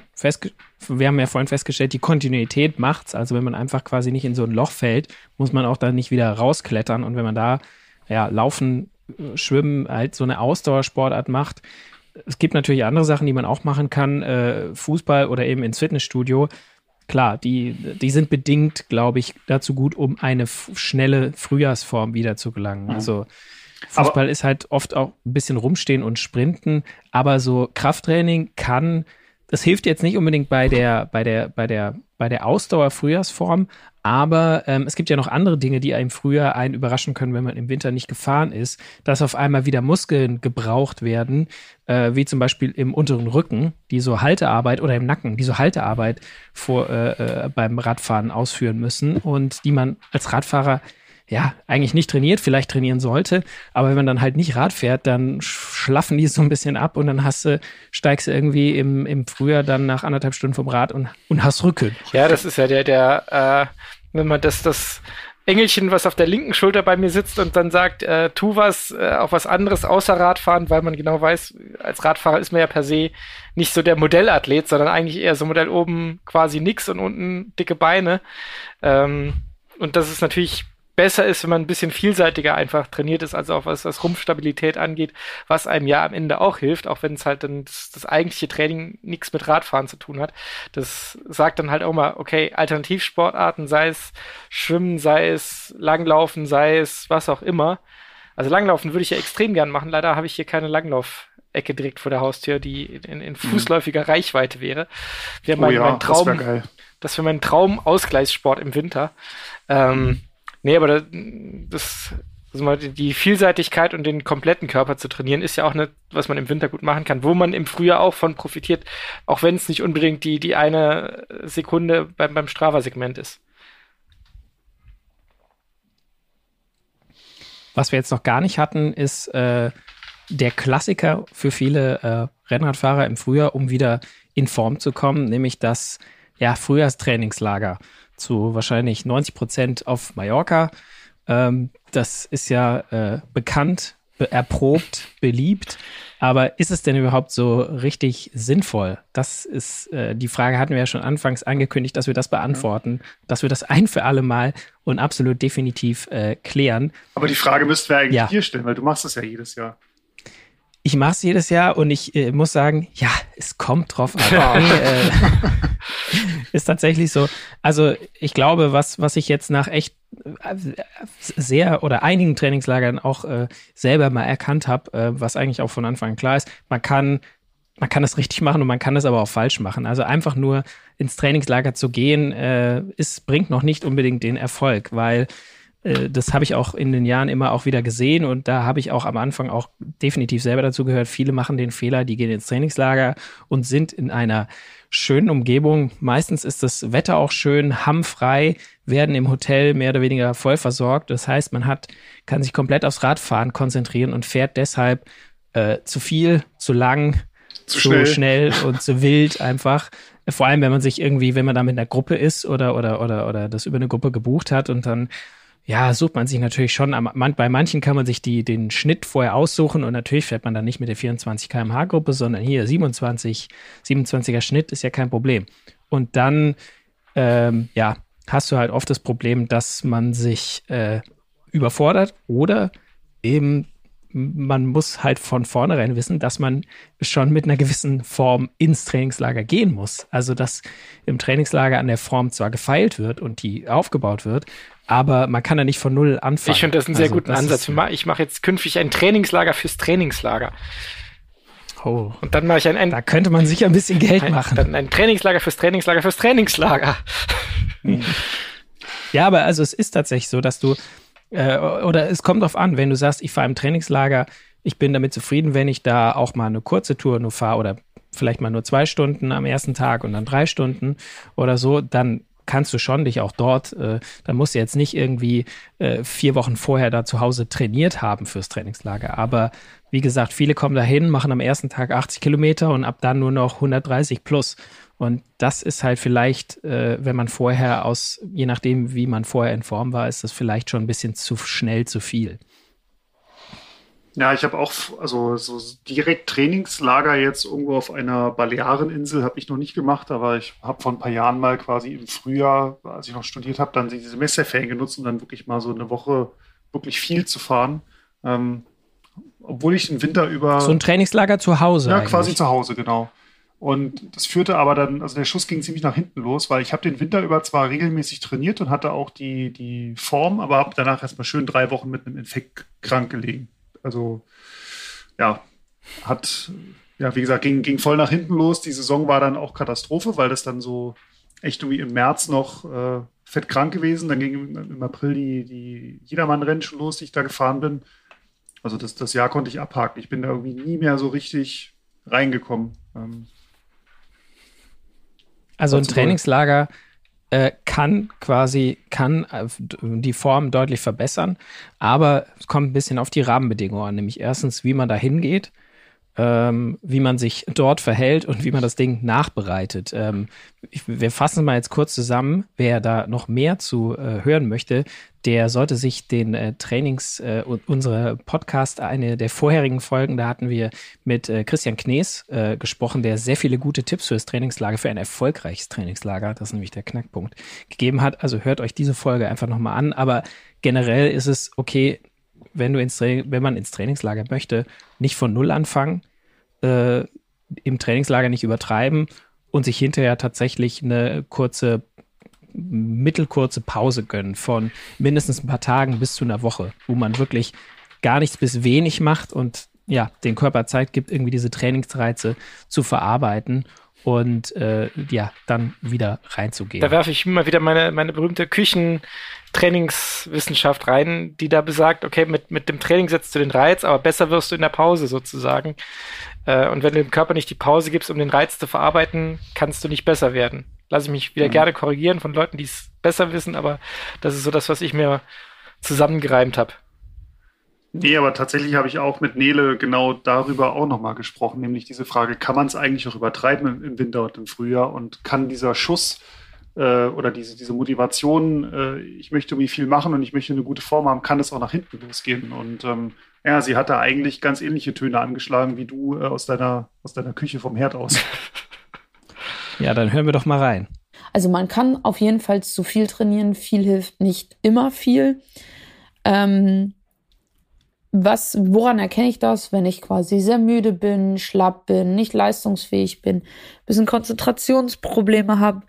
ja vorhin festgestellt, die Kontinuität macht's, also wenn man einfach quasi nicht in so ein Loch fällt, muss man auch dann nicht wieder rausklettern und wenn man da Laufen, Schwimmen halt so eine Ausdauersportart macht. Es gibt natürlich andere Sachen, die man auch machen kann, Fußball oder eben ins Fitnessstudio. klar, die sind bedingt, glaube ich, dazu gut, um eine schnelle Frühjahrsform wieder zu gelangen. Also Fußball ist halt oft auch ein bisschen rumstehen und sprinten, aber so Krafttraining das hilft jetzt nicht unbedingt bei der Ausdauer-Frühjahrsform, aber es gibt ja noch andere Dinge, die im Frühjahr einen überraschen können, wenn man im Winter nicht gefahren ist, dass auf einmal wieder Muskeln gebraucht werden, wie zum Beispiel im unteren Rücken, die so Haltearbeit oder im Nacken, die so Haltearbeit beim Radfahren ausführen müssen und die man als Radfahrer ja, eigentlich nicht trainiert, vielleicht trainieren sollte, aber wenn man dann halt nicht Rad fährt, dann schlaffen die so ein bisschen ab und dann steigst du irgendwie im Frühjahr dann nach 1,5 Stunden vom Rad und hast Rücken. Ja, das ist ja wenn man das Engelchen, was auf der linken Schulter bei mir sitzt und dann sagt, tu auch was anderes außer Radfahren, weil man genau weiß, als Radfahrer ist man ja per se nicht so der Modellathlet, sondern eigentlich eher so Modell oben quasi nix und unten dicke Beine. Und das ist natürlich besser ist, wenn man ein bisschen vielseitiger einfach trainiert ist, also auch was Rumpfstabilität angeht, was einem ja am Ende auch hilft, auch wenn es halt dann das eigentliche Training nichts mit Radfahren zu tun hat. Das sagt dann halt auch mal, okay, Alternativsportarten, sei es Schwimmen, sei es Langlaufen, sei es was auch immer. Also Langlaufen würde ich ja extrem gern machen. Leider habe ich hier keine Langlaufecke direkt vor der Haustür, die in fußläufiger Reichweite wäre. Mein Traum, das wäre mein Traum-Ausgleichssport im Winter. Nee, aber die Vielseitigkeit und den kompletten Körper zu trainieren, ist ja auch was man im Winter gut machen kann, wo man im Frühjahr auch von profitiert, auch wenn es nicht unbedingt die eine Sekunde beim Strava-Segment ist. Was wir jetzt noch gar nicht hatten, ist der Klassiker für viele Rennradfahrer im Frühjahr, um wieder in Form zu kommen, nämlich das Frühjahrstrainingslager zu wahrscheinlich 90% auf Mallorca. Das ist ja bekannt, erprobt, beliebt. Aber ist es denn überhaupt so richtig sinnvoll? Das ist die Frage, hatten wir ja schon anfangs angekündigt, dass wir das beantworten, dass wir das ein für alle Mal und absolut definitiv klären. Aber die Frage müssten wir eigentlich dir stellen, weil du machst es ja jedes Jahr. Ich mache es jedes Jahr und ich muss sagen, ja, es kommt drauf an. Ist tatsächlich so. Also ich glaube, was ich jetzt nach echt sehr oder einigen Trainingslagern auch selber mal erkannt habe, was eigentlich auch von Anfang an klar ist, man kann das richtig machen und man kann das aber auch falsch machen. Also einfach nur ins Trainingslager zu gehen, bringt noch nicht unbedingt den Erfolg, weil das habe ich auch in den Jahren immer auch wieder gesehen und da habe ich auch am Anfang auch definitiv selber dazu gehört. Viele machen den Fehler, die gehen ins Trainingslager und sind in einer schönen Umgebung. Meistens ist das Wetter auch schön, haben frei, werden im Hotel mehr oder weniger voll versorgt. Das heißt, kann sich komplett aufs Radfahren konzentrieren und fährt deshalb zu viel, zu lang, zu schnell und zu wild einfach. Vor allem, wenn man da mit einer Gruppe ist oder das über eine Gruppe gebucht hat und dann sucht man sich natürlich schon, bei manchen kann man sich den Schnitt vorher aussuchen und natürlich fährt man dann nicht mit der 24 km/h Gruppe, sondern hier 27er Schnitt ist ja kein Problem. Und dann, hast du halt oft das Problem, dass man sich überfordert oder eben man muss halt von vornherein wissen, dass man schon mit einer gewissen Form ins Trainingslager gehen muss. Also, dass im Trainingslager an der Form zwar gefeilt wird und die aufgebaut wird, aber man kann ja nicht von null anfangen. Ich finde das einen sehr guten Ansatz. Ich mache jetzt künftig ein Trainingslager fürs Trainingslager. Oh. Und dann mache ich da könnte man sicher ein bisschen Geld machen. Dann ein Trainingslager fürs Trainingslager fürs Trainingslager. Ja, aber also es ist tatsächlich so, dass du oder es kommt drauf an, wenn du sagst, ich fahre im Trainingslager, ich bin damit zufrieden, wenn ich da auch mal eine kurze Tour nur fahre oder vielleicht mal nur 2 Stunden am ersten Tag und dann 3 Stunden oder so, dann kannst du schon dich auch dort, dann musst du jetzt nicht irgendwie 4 Wochen vorher da zu Hause trainiert haben fürs Trainingslager. Aber wie gesagt, viele kommen dahin, machen am ersten Tag 80 Kilometer und ab dann nur noch 130 plus. Und das ist halt vielleicht, wenn man vorher je nachdem, wie man vorher in Form war, ist das vielleicht schon ein bisschen zu schnell zu viel. Ja, ich habe auch, also so direkt Trainingslager jetzt irgendwo auf einer Baleareninsel habe ich noch nicht gemacht, aber ich habe vor ein paar Jahren mal quasi im Frühjahr, als ich noch studiert habe, dann diese Semesterferien genutzt, um dann wirklich mal so eine Woche wirklich viel zu fahren. Obwohl ich den Winter über... So ein Trainingslager zu Hause Ja, eigentlich. Quasi zu Hause, genau. Und das führte aber dann, also der Schuss ging ziemlich nach hinten los, weil ich habe den Winter über zwar regelmäßig trainiert und hatte auch die Form, aber habe danach erstmal schön 3 Wochen mit einem Infekt krank gelegen. Also ja, wie gesagt, ging voll nach hinten los. Die Saison war dann auch Katastrophe, weil das dann so echt irgendwie im März noch fett krank gewesen. Dann ging im April die Jedermann-Rennen schon los, die ich da gefahren bin. Also das Jahr konnte ich abhaken. Ich bin da irgendwie nie mehr so richtig reingekommen. Also ein Trainingslager kann die Form deutlich verbessern, aber es kommt ein bisschen auf die Rahmenbedingungen an, nämlich erstens, wie man da hingeht, wie man sich dort verhält und wie man das Ding nachbereitet. Wir fassen mal jetzt kurz zusammen. Wer da noch mehr zu hören möchte, der sollte sich den unsere Podcast, eine der vorherigen Folgen, da hatten wir mit Christian Knees gesprochen, der sehr viele gute Tipps für das Trainingslager, für ein erfolgreiches Trainingslager, das ist nämlich der Knackpunkt, gegeben hat. Also hört euch diese Folge einfach nochmal an. Aber generell ist es okay, wenn man ins Trainingslager möchte, nicht von Null anfangen, im Trainingslager nicht übertreiben und sich hinterher tatsächlich eine mittelkurze Pause gönnen von mindestens ein paar Tagen bis zu einer Woche, wo man wirklich gar nichts bis wenig macht und ja, den Körper Zeit gibt, irgendwie diese Trainingsreize zu verarbeiten und dann wieder reinzugehen. Da werfe ich immer wieder meine berühmte Küchentrainingswissenschaft rein, die da besagt, okay, mit dem Training setzt du den Reiz, aber besser wirst du in der Pause sozusagen. Und wenn du dem Körper nicht die Pause gibst, um den Reiz zu verarbeiten, kannst du nicht besser werden. Lass ich mich wieder gerne korrigieren von Leuten, die es besser wissen, aber das ist so das, was ich mir zusammengereimt habe. Nee, aber tatsächlich habe ich auch mit Nele genau darüber auch nochmal gesprochen, nämlich diese Frage, kann man es eigentlich auch übertreiben im Winter und im Frühjahr und kann dieser Schuss oder diese Motivation, ich möchte irgendwie viel machen und ich möchte eine gute Form haben, kann es auch nach hinten losgehen. Und sie hat da eigentlich ganz ähnliche Töne angeschlagen wie du aus deiner Küche vom Herd aus. Ja, dann hören wir doch mal rein. Also man kann auf jeden Fall zu viel trainieren. Viel hilft nicht immer viel. Woran erkenne ich das? Wenn ich quasi sehr müde bin, schlapp bin, nicht leistungsfähig bin, ein bisschen Konzentrationsprobleme habe,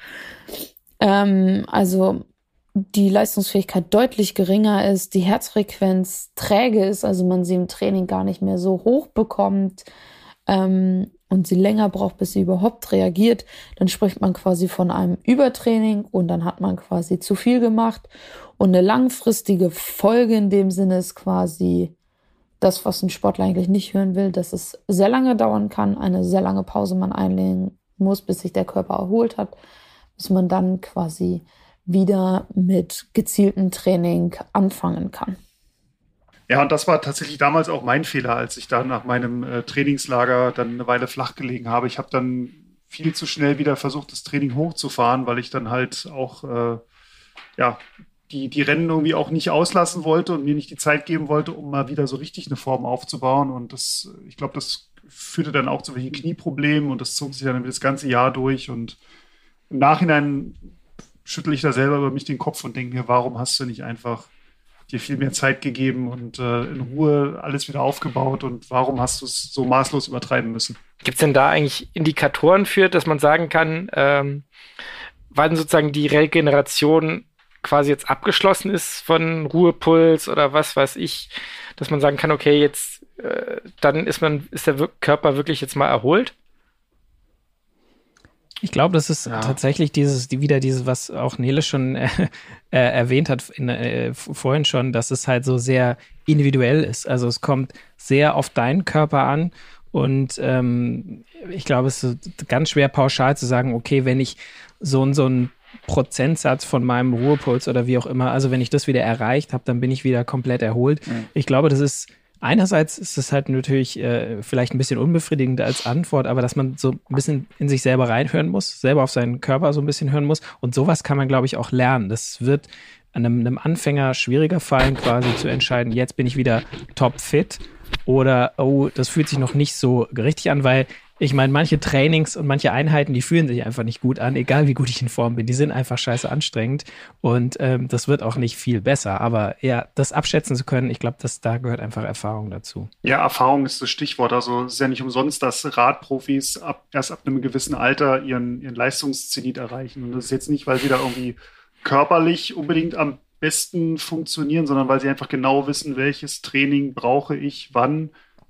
also die Leistungsfähigkeit deutlich geringer ist, die Herzfrequenz träge ist, also man sie im Training gar nicht mehr so hoch bekommt und sie länger braucht, bis sie überhaupt reagiert, dann spricht man quasi von einem Übertraining und dann hat man quasi zu viel gemacht. Und eine langfristige Folge in dem Sinne ist quasi das, was ein Sportler eigentlich nicht hören will, dass es sehr lange dauern kann, eine sehr lange Pause man einlegen muss, bis sich der Körper erholt hat, bis man dann quasi wieder mit gezieltem Training anfangen kann. Ja, und das war tatsächlich damals auch mein Fehler, als ich da nach meinem Trainingslager dann eine Weile flach gelegen habe. Ich habe dann viel zu schnell wieder versucht, das Training hochzufahren, weil ich dann halt auch die Rennen irgendwie auch nicht auslassen wollte und mir nicht die Zeit geben wollte, um mal wieder so richtig eine Form aufzubauen. Und ich glaube, das führte dann auch zu welchen Knieproblemen und das zog sich dann das ganze Jahr durch. Und im Nachhinein schüttle ich da selber über mich den Kopf und denke mir, warum hast du nicht einfach dir viel mehr Zeit gegeben und in Ruhe alles wieder aufgebaut und warum hast du es so maßlos übertreiben müssen? Gibt es denn da eigentlich Indikatoren für, dass man sagen kann, wann sozusagen die Regeneration quasi jetzt abgeschlossen ist von Ruhepuls oder was weiß ich, dass man sagen kann, okay, jetzt dann ist der Körper wirklich jetzt mal erholt? Ich glaube, das ist tatsächlich dieses, was auch Nele schon erwähnt hat vorhin schon, dass es halt so sehr individuell ist. Also es kommt sehr auf deinen Körper an und ich glaube, es ist ganz schwer pauschal zu sagen, okay, wenn ich so einen Prozentsatz von meinem Ruhepuls oder wie auch immer, also wenn ich das wieder erreicht habe, dann bin ich wieder komplett erholt. Mhm. Ich glaube, einerseits ist es halt natürlich vielleicht ein bisschen unbefriedigend als Antwort, aber dass man so ein bisschen in sich selber reinhören muss, selber auf seinen Körper so ein bisschen hören muss. Und sowas kann man, glaube ich, auch lernen. Das wird einem Anfänger schwieriger fallen, quasi zu entscheiden, jetzt bin ich wieder topfit oder, oh, das fühlt sich noch nicht so richtig an, weil Ich meine, manche Trainings und manche Einheiten, die fühlen sich einfach nicht gut an, egal wie gut ich in Form bin. Die sind einfach scheiße anstrengend und das wird auch nicht viel besser. Aber ja, das abschätzen zu können, ich glaube, da gehört einfach Erfahrung dazu. Ja, Erfahrung ist das Stichwort. Also es ist ja nicht umsonst, dass Radprofis erst ab einem gewissen Alter ihren Leistungszenit erreichen. Und das ist jetzt nicht, weil sie da irgendwie körperlich unbedingt am besten funktionieren, sondern weil sie einfach genau wissen, welches Training brauche ich, wann,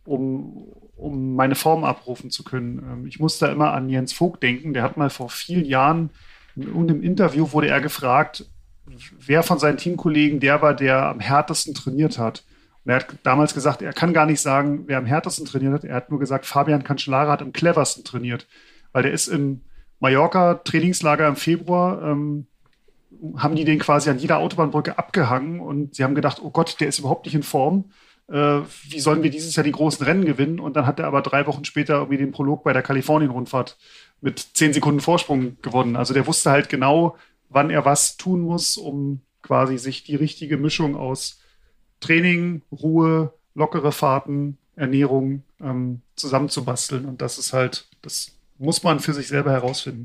um meine Form abrufen zu können. Ich muss da immer an Jens Vogt denken. Der hat mal vor vielen Jahren in einem Interview wurde er gefragt, wer von seinen Teamkollegen der war, der am härtesten trainiert hat. Und er hat damals gesagt, er kann gar nicht sagen, wer am härtesten trainiert hat. Er hat nur gesagt, Fabian Cancellara hat am cleversten trainiert. Weil der ist im Mallorca-Trainingslager im Februar, haben die den quasi an jeder Autobahnbrücke abgehangen und sie haben gedacht, oh Gott, der ist überhaupt nicht in Form. Wie sollen wir dieses Jahr die großen Rennen gewinnen? Und dann hat er aber 3 Wochen später irgendwie den Prolog bei der Kalifornien-Rundfahrt mit 10 Sekunden Vorsprung gewonnen. Also der wusste halt genau, wann er was tun muss, um quasi sich die richtige Mischung aus Training, Ruhe, lockere Fahrten, Ernährung zusammenzubasteln. Und das muss man für sich selber herausfinden.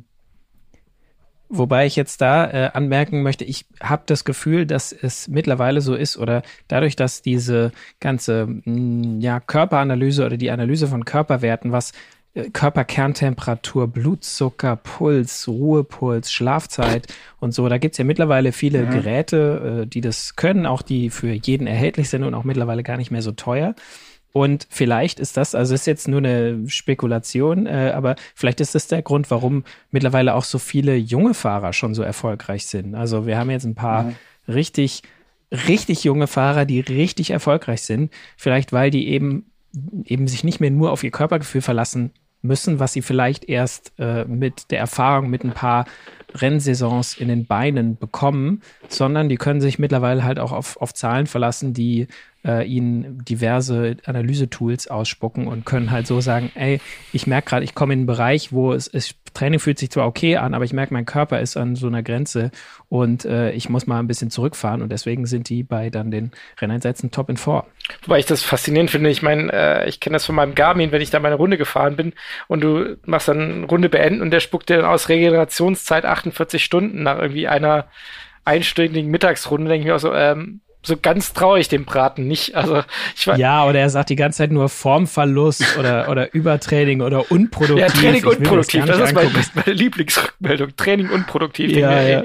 Wobei ich jetzt da anmerken möchte, ich habe das Gefühl, dass es mittlerweile so ist oder dadurch, dass diese ganze Körperanalyse oder die Analyse von Körperwerten, was Körperkerntemperatur, Blutzucker, Puls, Ruhepuls, Schlafzeit und so, da gibt's ja mittlerweile viele Geräte, die das können, auch die für jeden erhältlich sind und auch mittlerweile gar nicht mehr so teuer. Und vielleicht ist das, also ist jetzt nur eine Spekulation, aber vielleicht ist das der Grund, warum mittlerweile auch so viele junge Fahrer schon so erfolgreich sind. Also wir haben jetzt ein paar richtig junge Fahrer, die richtig erfolgreich sind. Vielleicht, weil die eben sich nicht mehr nur auf ihr Körpergefühl verlassen müssen, was sie vielleicht erst mit der Erfahrung mit ein paar Rennsaisons in den Beinen bekommen, sondern die können sich mittlerweile halt auch auf Zahlen verlassen, die ihnen diverse Analysetools ausspucken und können halt so sagen, ey, ich merke gerade, ich komme in einen Bereich, wo Training fühlt sich zwar okay an, aber ich merke, mein Körper ist an so einer Grenze und ich muss mal ein bisschen zurückfahren und deswegen sind die bei dann den Renneinsätzen top in Form. Wobei ich das faszinierend finde. Ich meine, ich kenne das von meinem Garmin, wenn ich da meine Runde gefahren bin und du machst dann eine Runde beenden und der spuckt dir dann aus Regenerationszeit 48 Stunden nach irgendwie einer einstündigen Mittagsrunde, denke ich mir auch so ganz traue ich dem Braten nicht. Also ja, oder er sagt die ganze Zeit nur Formverlust oder Übertraining oder unproduktiv. Ja, Training unproduktiv, das ist meine Lieblingsrückmeldung. Training unproduktiv. Ja.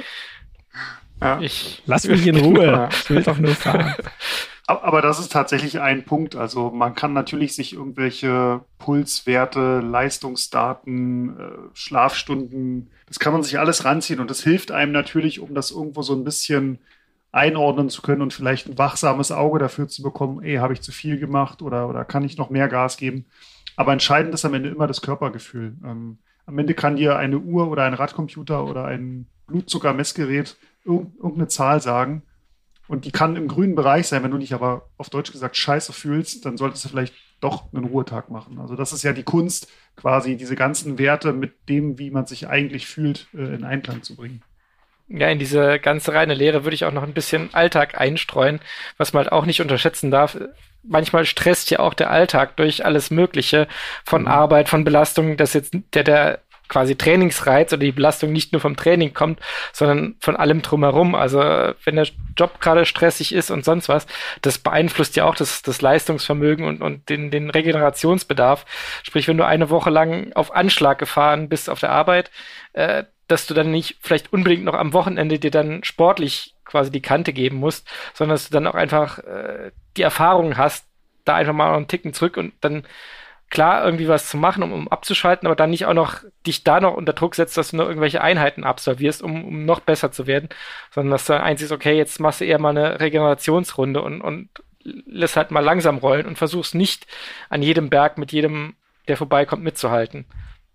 Lass mich in Ruhe. Ich will doch nur fahren. Aber das ist tatsächlich ein Punkt. Also man kann natürlich sich irgendwelche Pulswerte, Leistungsdaten, Schlafstunden, das kann man sich alles ranziehen und das hilft einem natürlich, um das irgendwo so ein bisschen einordnen zu können und vielleicht ein wachsames Auge dafür zu bekommen, habe ich zu viel gemacht oder kann ich noch mehr Gas geben. Aber entscheidend ist am Ende immer das Körpergefühl. Am Ende kann dir eine Uhr oder ein Radcomputer oder ein Blutzuckermessgerät irgendeine Zahl sagen und die kann im grünen Bereich sein. Wenn du dich aber auf Deutsch gesagt scheiße fühlst, dann solltest du vielleicht doch einen Ruhetag machen. Also das ist ja die Kunst, quasi diese ganzen Werte mit dem, wie man sich eigentlich fühlt, in Einklang zu bringen. Ja, in diese ganze reine Lehre würde ich auch noch ein bisschen Alltag einstreuen, was man halt auch nicht unterschätzen darf. Manchmal stresst ja auch der Alltag durch alles Mögliche von Arbeit, von Belastung, dass jetzt der quasi Trainingsreiz oder die Belastung nicht nur vom Training kommt, sondern von allem drumherum. Also wenn der Job gerade stressig ist und sonst was, das beeinflusst ja auch das Leistungsvermögen und den Regenerationsbedarf. Sprich, wenn du eine Woche lang auf Anschlag gefahren bist auf der Arbeit, dass du dann nicht vielleicht unbedingt noch am Wochenende dir dann sportlich quasi die Kante geben musst, sondern dass du dann auch einfach die Erfahrung hast, da einfach mal noch einen Ticken zurück und dann klar irgendwie was zu machen, um abzuschalten, aber dann nicht auch noch dich da noch unter Druck setzt, dass du noch irgendwelche Einheiten absolvierst, um noch besser zu werden, sondern dass du einsiehst, okay, jetzt machst du eher mal eine Regenerationsrunde und lässt halt mal langsam rollen und versuchst nicht an jedem Berg mit jedem, der vorbeikommt, mitzuhalten.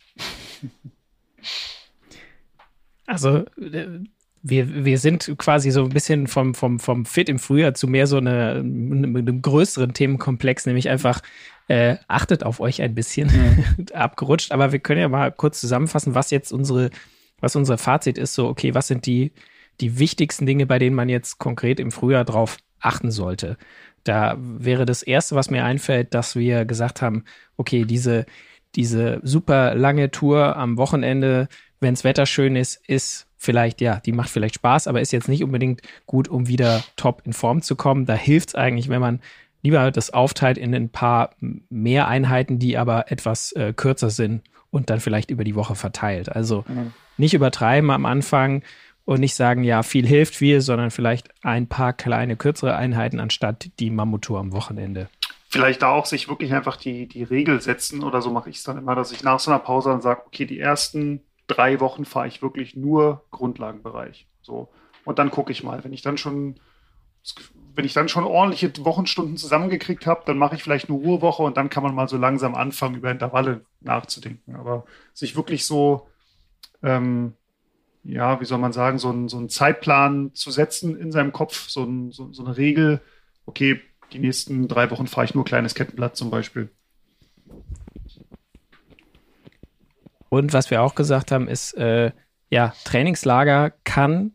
Also wir sind quasi so ein bisschen vom Fit im Frühjahr zu mehr so einem größeren Themenkomplex, nämlich einfach achtet auf euch ein bisschen abgerutscht. Aber wir können ja mal kurz zusammenfassen, was unser Fazit ist. So, okay, was sind die wichtigsten Dinge, bei denen man jetzt konkret im Frühjahr drauf achten sollte? Da wäre das Erste, was mir einfällt, dass wir gesagt haben, okay, diese diese super lange Tour am Wochenende, wenn das Wetter schön ist vielleicht, ja, die macht vielleicht Spaß, aber ist jetzt nicht unbedingt gut, um wieder top in Form zu kommen. Da hilft es eigentlich, wenn man lieber das aufteilt in ein paar mehr Einheiten, die aber etwas kürzer sind und dann vielleicht über die Woche verteilt. Also nicht übertreiben am Anfang und nicht sagen, ja, viel hilft viel, sondern vielleicht ein paar kleine, kürzere Einheiten anstatt die Mammuttour am Wochenende. Vielleicht da auch sich wirklich einfach die Regel setzen oder so mache ich es dann immer, dass ich nach so einer Pause dann sage, okay, die ersten 3 Wochen fahre ich wirklich nur Grundlagenbereich. So. Und dann gucke ich mal. Wenn ich dann schon ordentliche Wochenstunden zusammengekriegt habe, dann mache ich vielleicht eine Ruhewoche und dann kann man mal so langsam anfangen, über Intervalle nachzudenken. Aber sich wirklich so, wie soll man sagen, so einen Zeitplan zu setzen in seinem Kopf, so eine Regel, okay, die nächsten 3 Wochen fahre ich nur kleines Kettenblatt zum Beispiel. Und was wir auch gesagt haben, ist, Trainingslager kann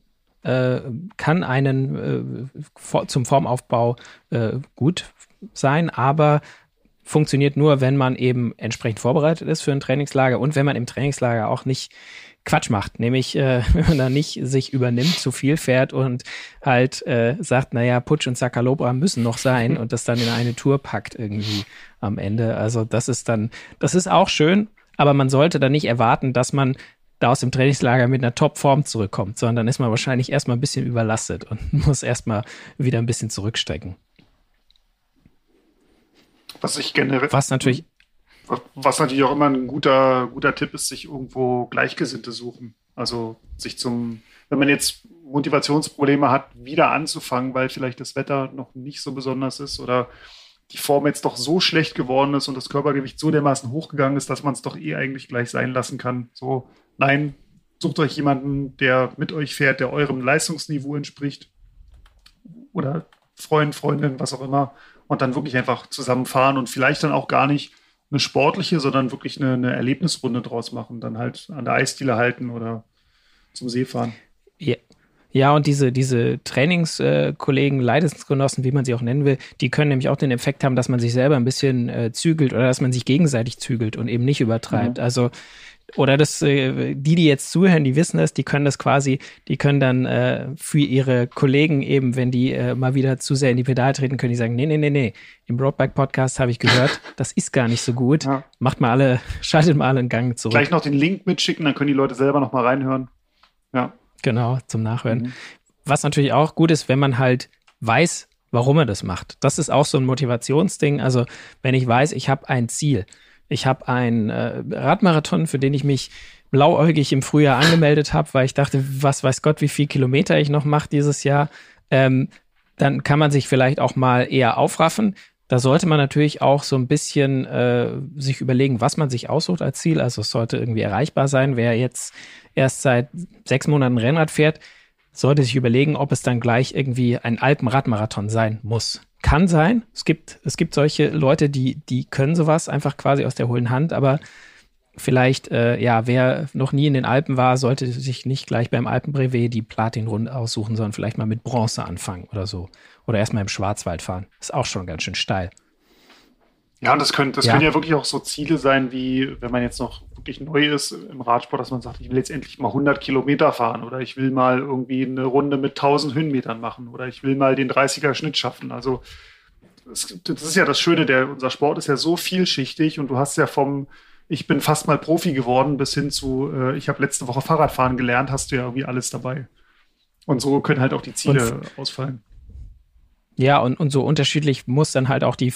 zum Formaufbau gut sein, aber funktioniert nur, wenn man eben entsprechend vorbereitet ist für ein Trainingslager und wenn man im Trainingslager auch nicht Quatsch macht, nämlich wenn man da nicht sich übernimmt, zu viel fährt und halt sagt, naja, Putsch und Sakalobra müssen noch sein und das dann in eine Tour packt irgendwie am Ende. Also das ist auch schön, aber man sollte dann nicht erwarten, dass man da aus dem Trainingslager mit einer Top-Form zurückkommt, sondern dann ist man wahrscheinlich erstmal ein bisschen überlastet und muss erstmal wieder ein bisschen zurückstecken. Was natürlich auch immer ein guter Tipp ist, sich irgendwo Gleichgesinnte suchen. Also wenn man jetzt Motivationsprobleme hat, wieder anzufangen, weil vielleicht das Wetter noch nicht so besonders ist oder die Form jetzt doch so schlecht geworden ist und das Körpergewicht so dermaßen hochgegangen ist, dass man es doch eigentlich gleich sein lassen kann. So, nein, sucht euch jemanden, der mit euch fährt, der eurem Leistungsniveau entspricht. Oder Freund, Freundin, was auch immer. Und dann wirklich einfach zusammenfahren und vielleicht dann auch gar nicht eine sportliche, sondern wirklich eine Erlebnisrunde draus machen. Dann halt an der Eisdiele halten oder zum See fahren. Ja, und diese Trainingskollegen, Leidensgenossen, wie man sie auch nennen will, die können nämlich auch den Effekt haben, dass man sich selber ein bisschen zügelt oder dass man sich gegenseitig zügelt und eben nicht übertreibt. Mhm. Also, oder die jetzt zuhören, die wissen das, die können dann für ihre Kollegen eben, wenn die mal wieder zu sehr in die Pedale treten, können die sagen, nee, im Roadbike-Podcast habe ich gehört, das ist gar nicht so gut. Ja. Schaltet mal alle einen Gang zurück. Gleich noch den Link mitschicken, dann können die Leute selber noch mal reinhören. Ja. Genau, zum Nachhören. Mhm. Was natürlich auch gut ist, wenn man halt weiß, warum er das macht. Das ist auch so ein Motivationsding. Also wenn ich weiß, ich habe ein Ziel. Ich habe einen Radmarathon, für den ich mich blauäugig im Frühjahr angemeldet habe, weil ich dachte, was weiß Gott, wie viel Kilometer ich noch mache dieses Jahr. Dann kann man sich vielleicht auch mal eher aufraffen. Da sollte man natürlich auch so ein bisschen sich überlegen, was man sich aussucht als Ziel. Also es sollte irgendwie erreichbar sein. Wer jetzt erst seit 6 Monaten Rennrad fährt, sollte sich überlegen, ob es dann gleich irgendwie ein Alpenradmarathon sein muss. Kann sein. Es gibt solche Leute, die können sowas einfach quasi aus der hohlen Hand, aber vielleicht, wer noch nie in den Alpen war, sollte sich nicht gleich beim Alpenbrevet die Platin-Runde aussuchen, sondern vielleicht mal mit Bronze anfangen oder so. Oder erstmal im Schwarzwald fahren. Ist auch schon ganz schön steil. Ja, und das können ja wirklich auch so Ziele sein, wie wenn man jetzt noch wirklich neu ist im Radsport, dass man sagt, ich will jetzt endlich mal 100 Kilometer fahren oder ich will mal irgendwie eine Runde mit 1000 Höhenmetern machen oder ich will mal den 30er Schnitt schaffen. Also das ist ja das Schöne, unser Sport ist ja so vielschichtig und du hast ja ich bin fast mal Profi geworden bis hin zu, ich habe letzte Woche Fahrradfahren gelernt, hast du ja irgendwie alles dabei. Und so können halt auch die Ziele ausfallen. Ja, und so unterschiedlich muss dann halt auch die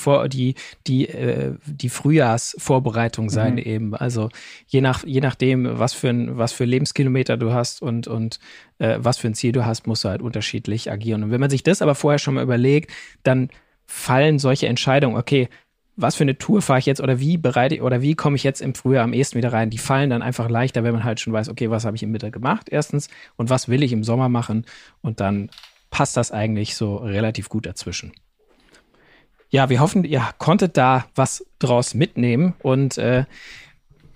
Frühjahrsvorbereitung sein eben. Also je nachdem, was für Lebenskilometer du hast und was für ein Ziel du hast, musst du halt unterschiedlich agieren. Und wenn man sich das aber vorher schon mal überlegt, dann fallen solche Entscheidungen, okay, was für eine Tour fahre ich jetzt oder wie komme ich jetzt im Frühjahr am ehesten wieder rein, die fallen dann einfach leichter, wenn man halt schon weiß, okay, was habe ich im Winter gemacht erstens und was will ich im Sommer machen und dann passt das eigentlich so relativ gut dazwischen. Ja, wir hoffen, ihr konntet da was draus mitnehmen und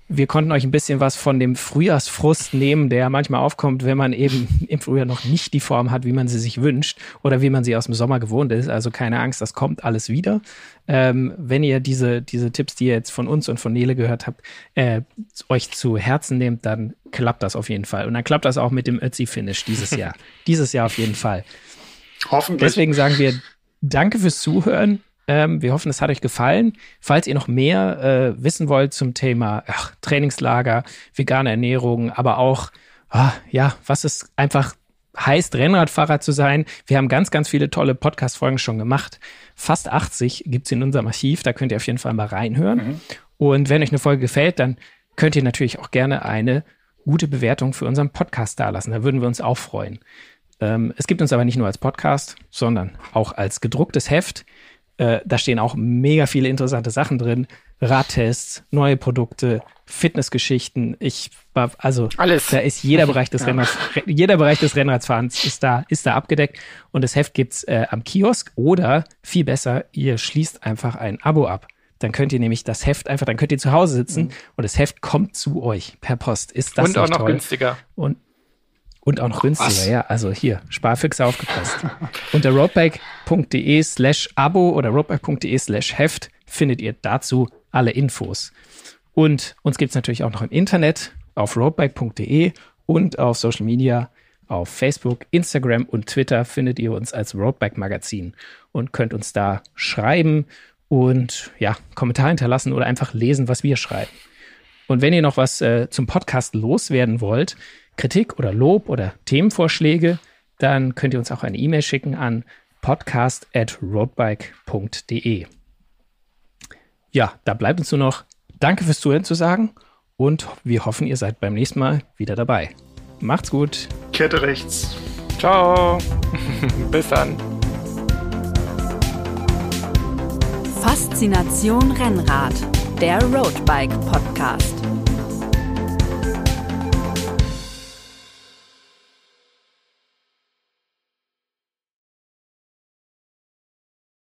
wir konnten euch ein bisschen was von dem Frühjahrsfrust nehmen, der manchmal aufkommt, wenn man eben im Frühjahr noch nicht die Form hat, wie man sie sich wünscht oder wie man sie aus dem Sommer gewohnt ist. Also keine Angst, das kommt alles wieder. Wenn ihr diese Tipps, die ihr jetzt von uns und von Nele gehört habt, euch zu Herzen nehmt, dann klappt das auf jeden Fall. Und dann klappt das auch mit dem Ötzi-Finish dieses Jahr. Dieses Jahr auf jeden Fall. Hoffentlich. Deswegen sagen wir danke fürs Zuhören. Wir hoffen, es hat euch gefallen. Falls ihr noch mehr wissen wollt zum Thema Trainingslager, vegane Ernährung, aber auch, was es einfach heißt, Rennradfahrer zu sein. Wir haben ganz, ganz viele tolle Podcast-Folgen schon gemacht. Fast 80 gibt's in unserem Archiv. Da könnt ihr auf jeden Fall mal reinhören. Und wenn euch eine Folge gefällt, dann könnt ihr natürlich auch gerne eine gute Bewertung für unseren Podcast dalassen. Da würden wir uns auch freuen. Es gibt uns aber nicht nur als Podcast, sondern auch als gedrucktes Heft. Da stehen auch mega viele interessante Sachen drin. Radtests, neue Produkte, Fitnessgeschichten. Alles. Da ist jeder Bereich des Rennradfahrens ist da abgedeckt. Und das Heft gibt's am Kiosk oder viel besser, ihr schließt einfach ein Abo ab. Dann könnt ihr nämlich das Heft dann könnt ihr zu Hause sitzen und das Heft kommt zu euch per Post. Ist das und auch noch toll? Günstiger. Und auch noch günstiger, ja. Also hier, Sparfüchse aufgepasst. Unter roadbike.de/Abo oder roadbike.de/Heft findet ihr dazu alle Infos. Und uns gibt's natürlich auch noch im Internet auf roadbike.de und auf Social Media, auf Facebook, Instagram und Twitter findet ihr uns als Roadbike Magazin und könnt uns da schreiben und Kommentare hinterlassen oder einfach lesen, was wir schreiben. Und wenn ihr noch was zum Podcast loswerden wollt, Kritik oder Lob oder Themenvorschläge, dann könnt ihr uns auch eine E-Mail schicken an podcast@roadbike.de. Ja, da bleibt uns nur noch Danke fürs Zuhören zu sagen und wir hoffen, ihr seid beim nächsten Mal wieder dabei. Macht's gut. Kette rechts. Ciao. Bis dann. Faszination Rennrad, der Roadbike Podcast.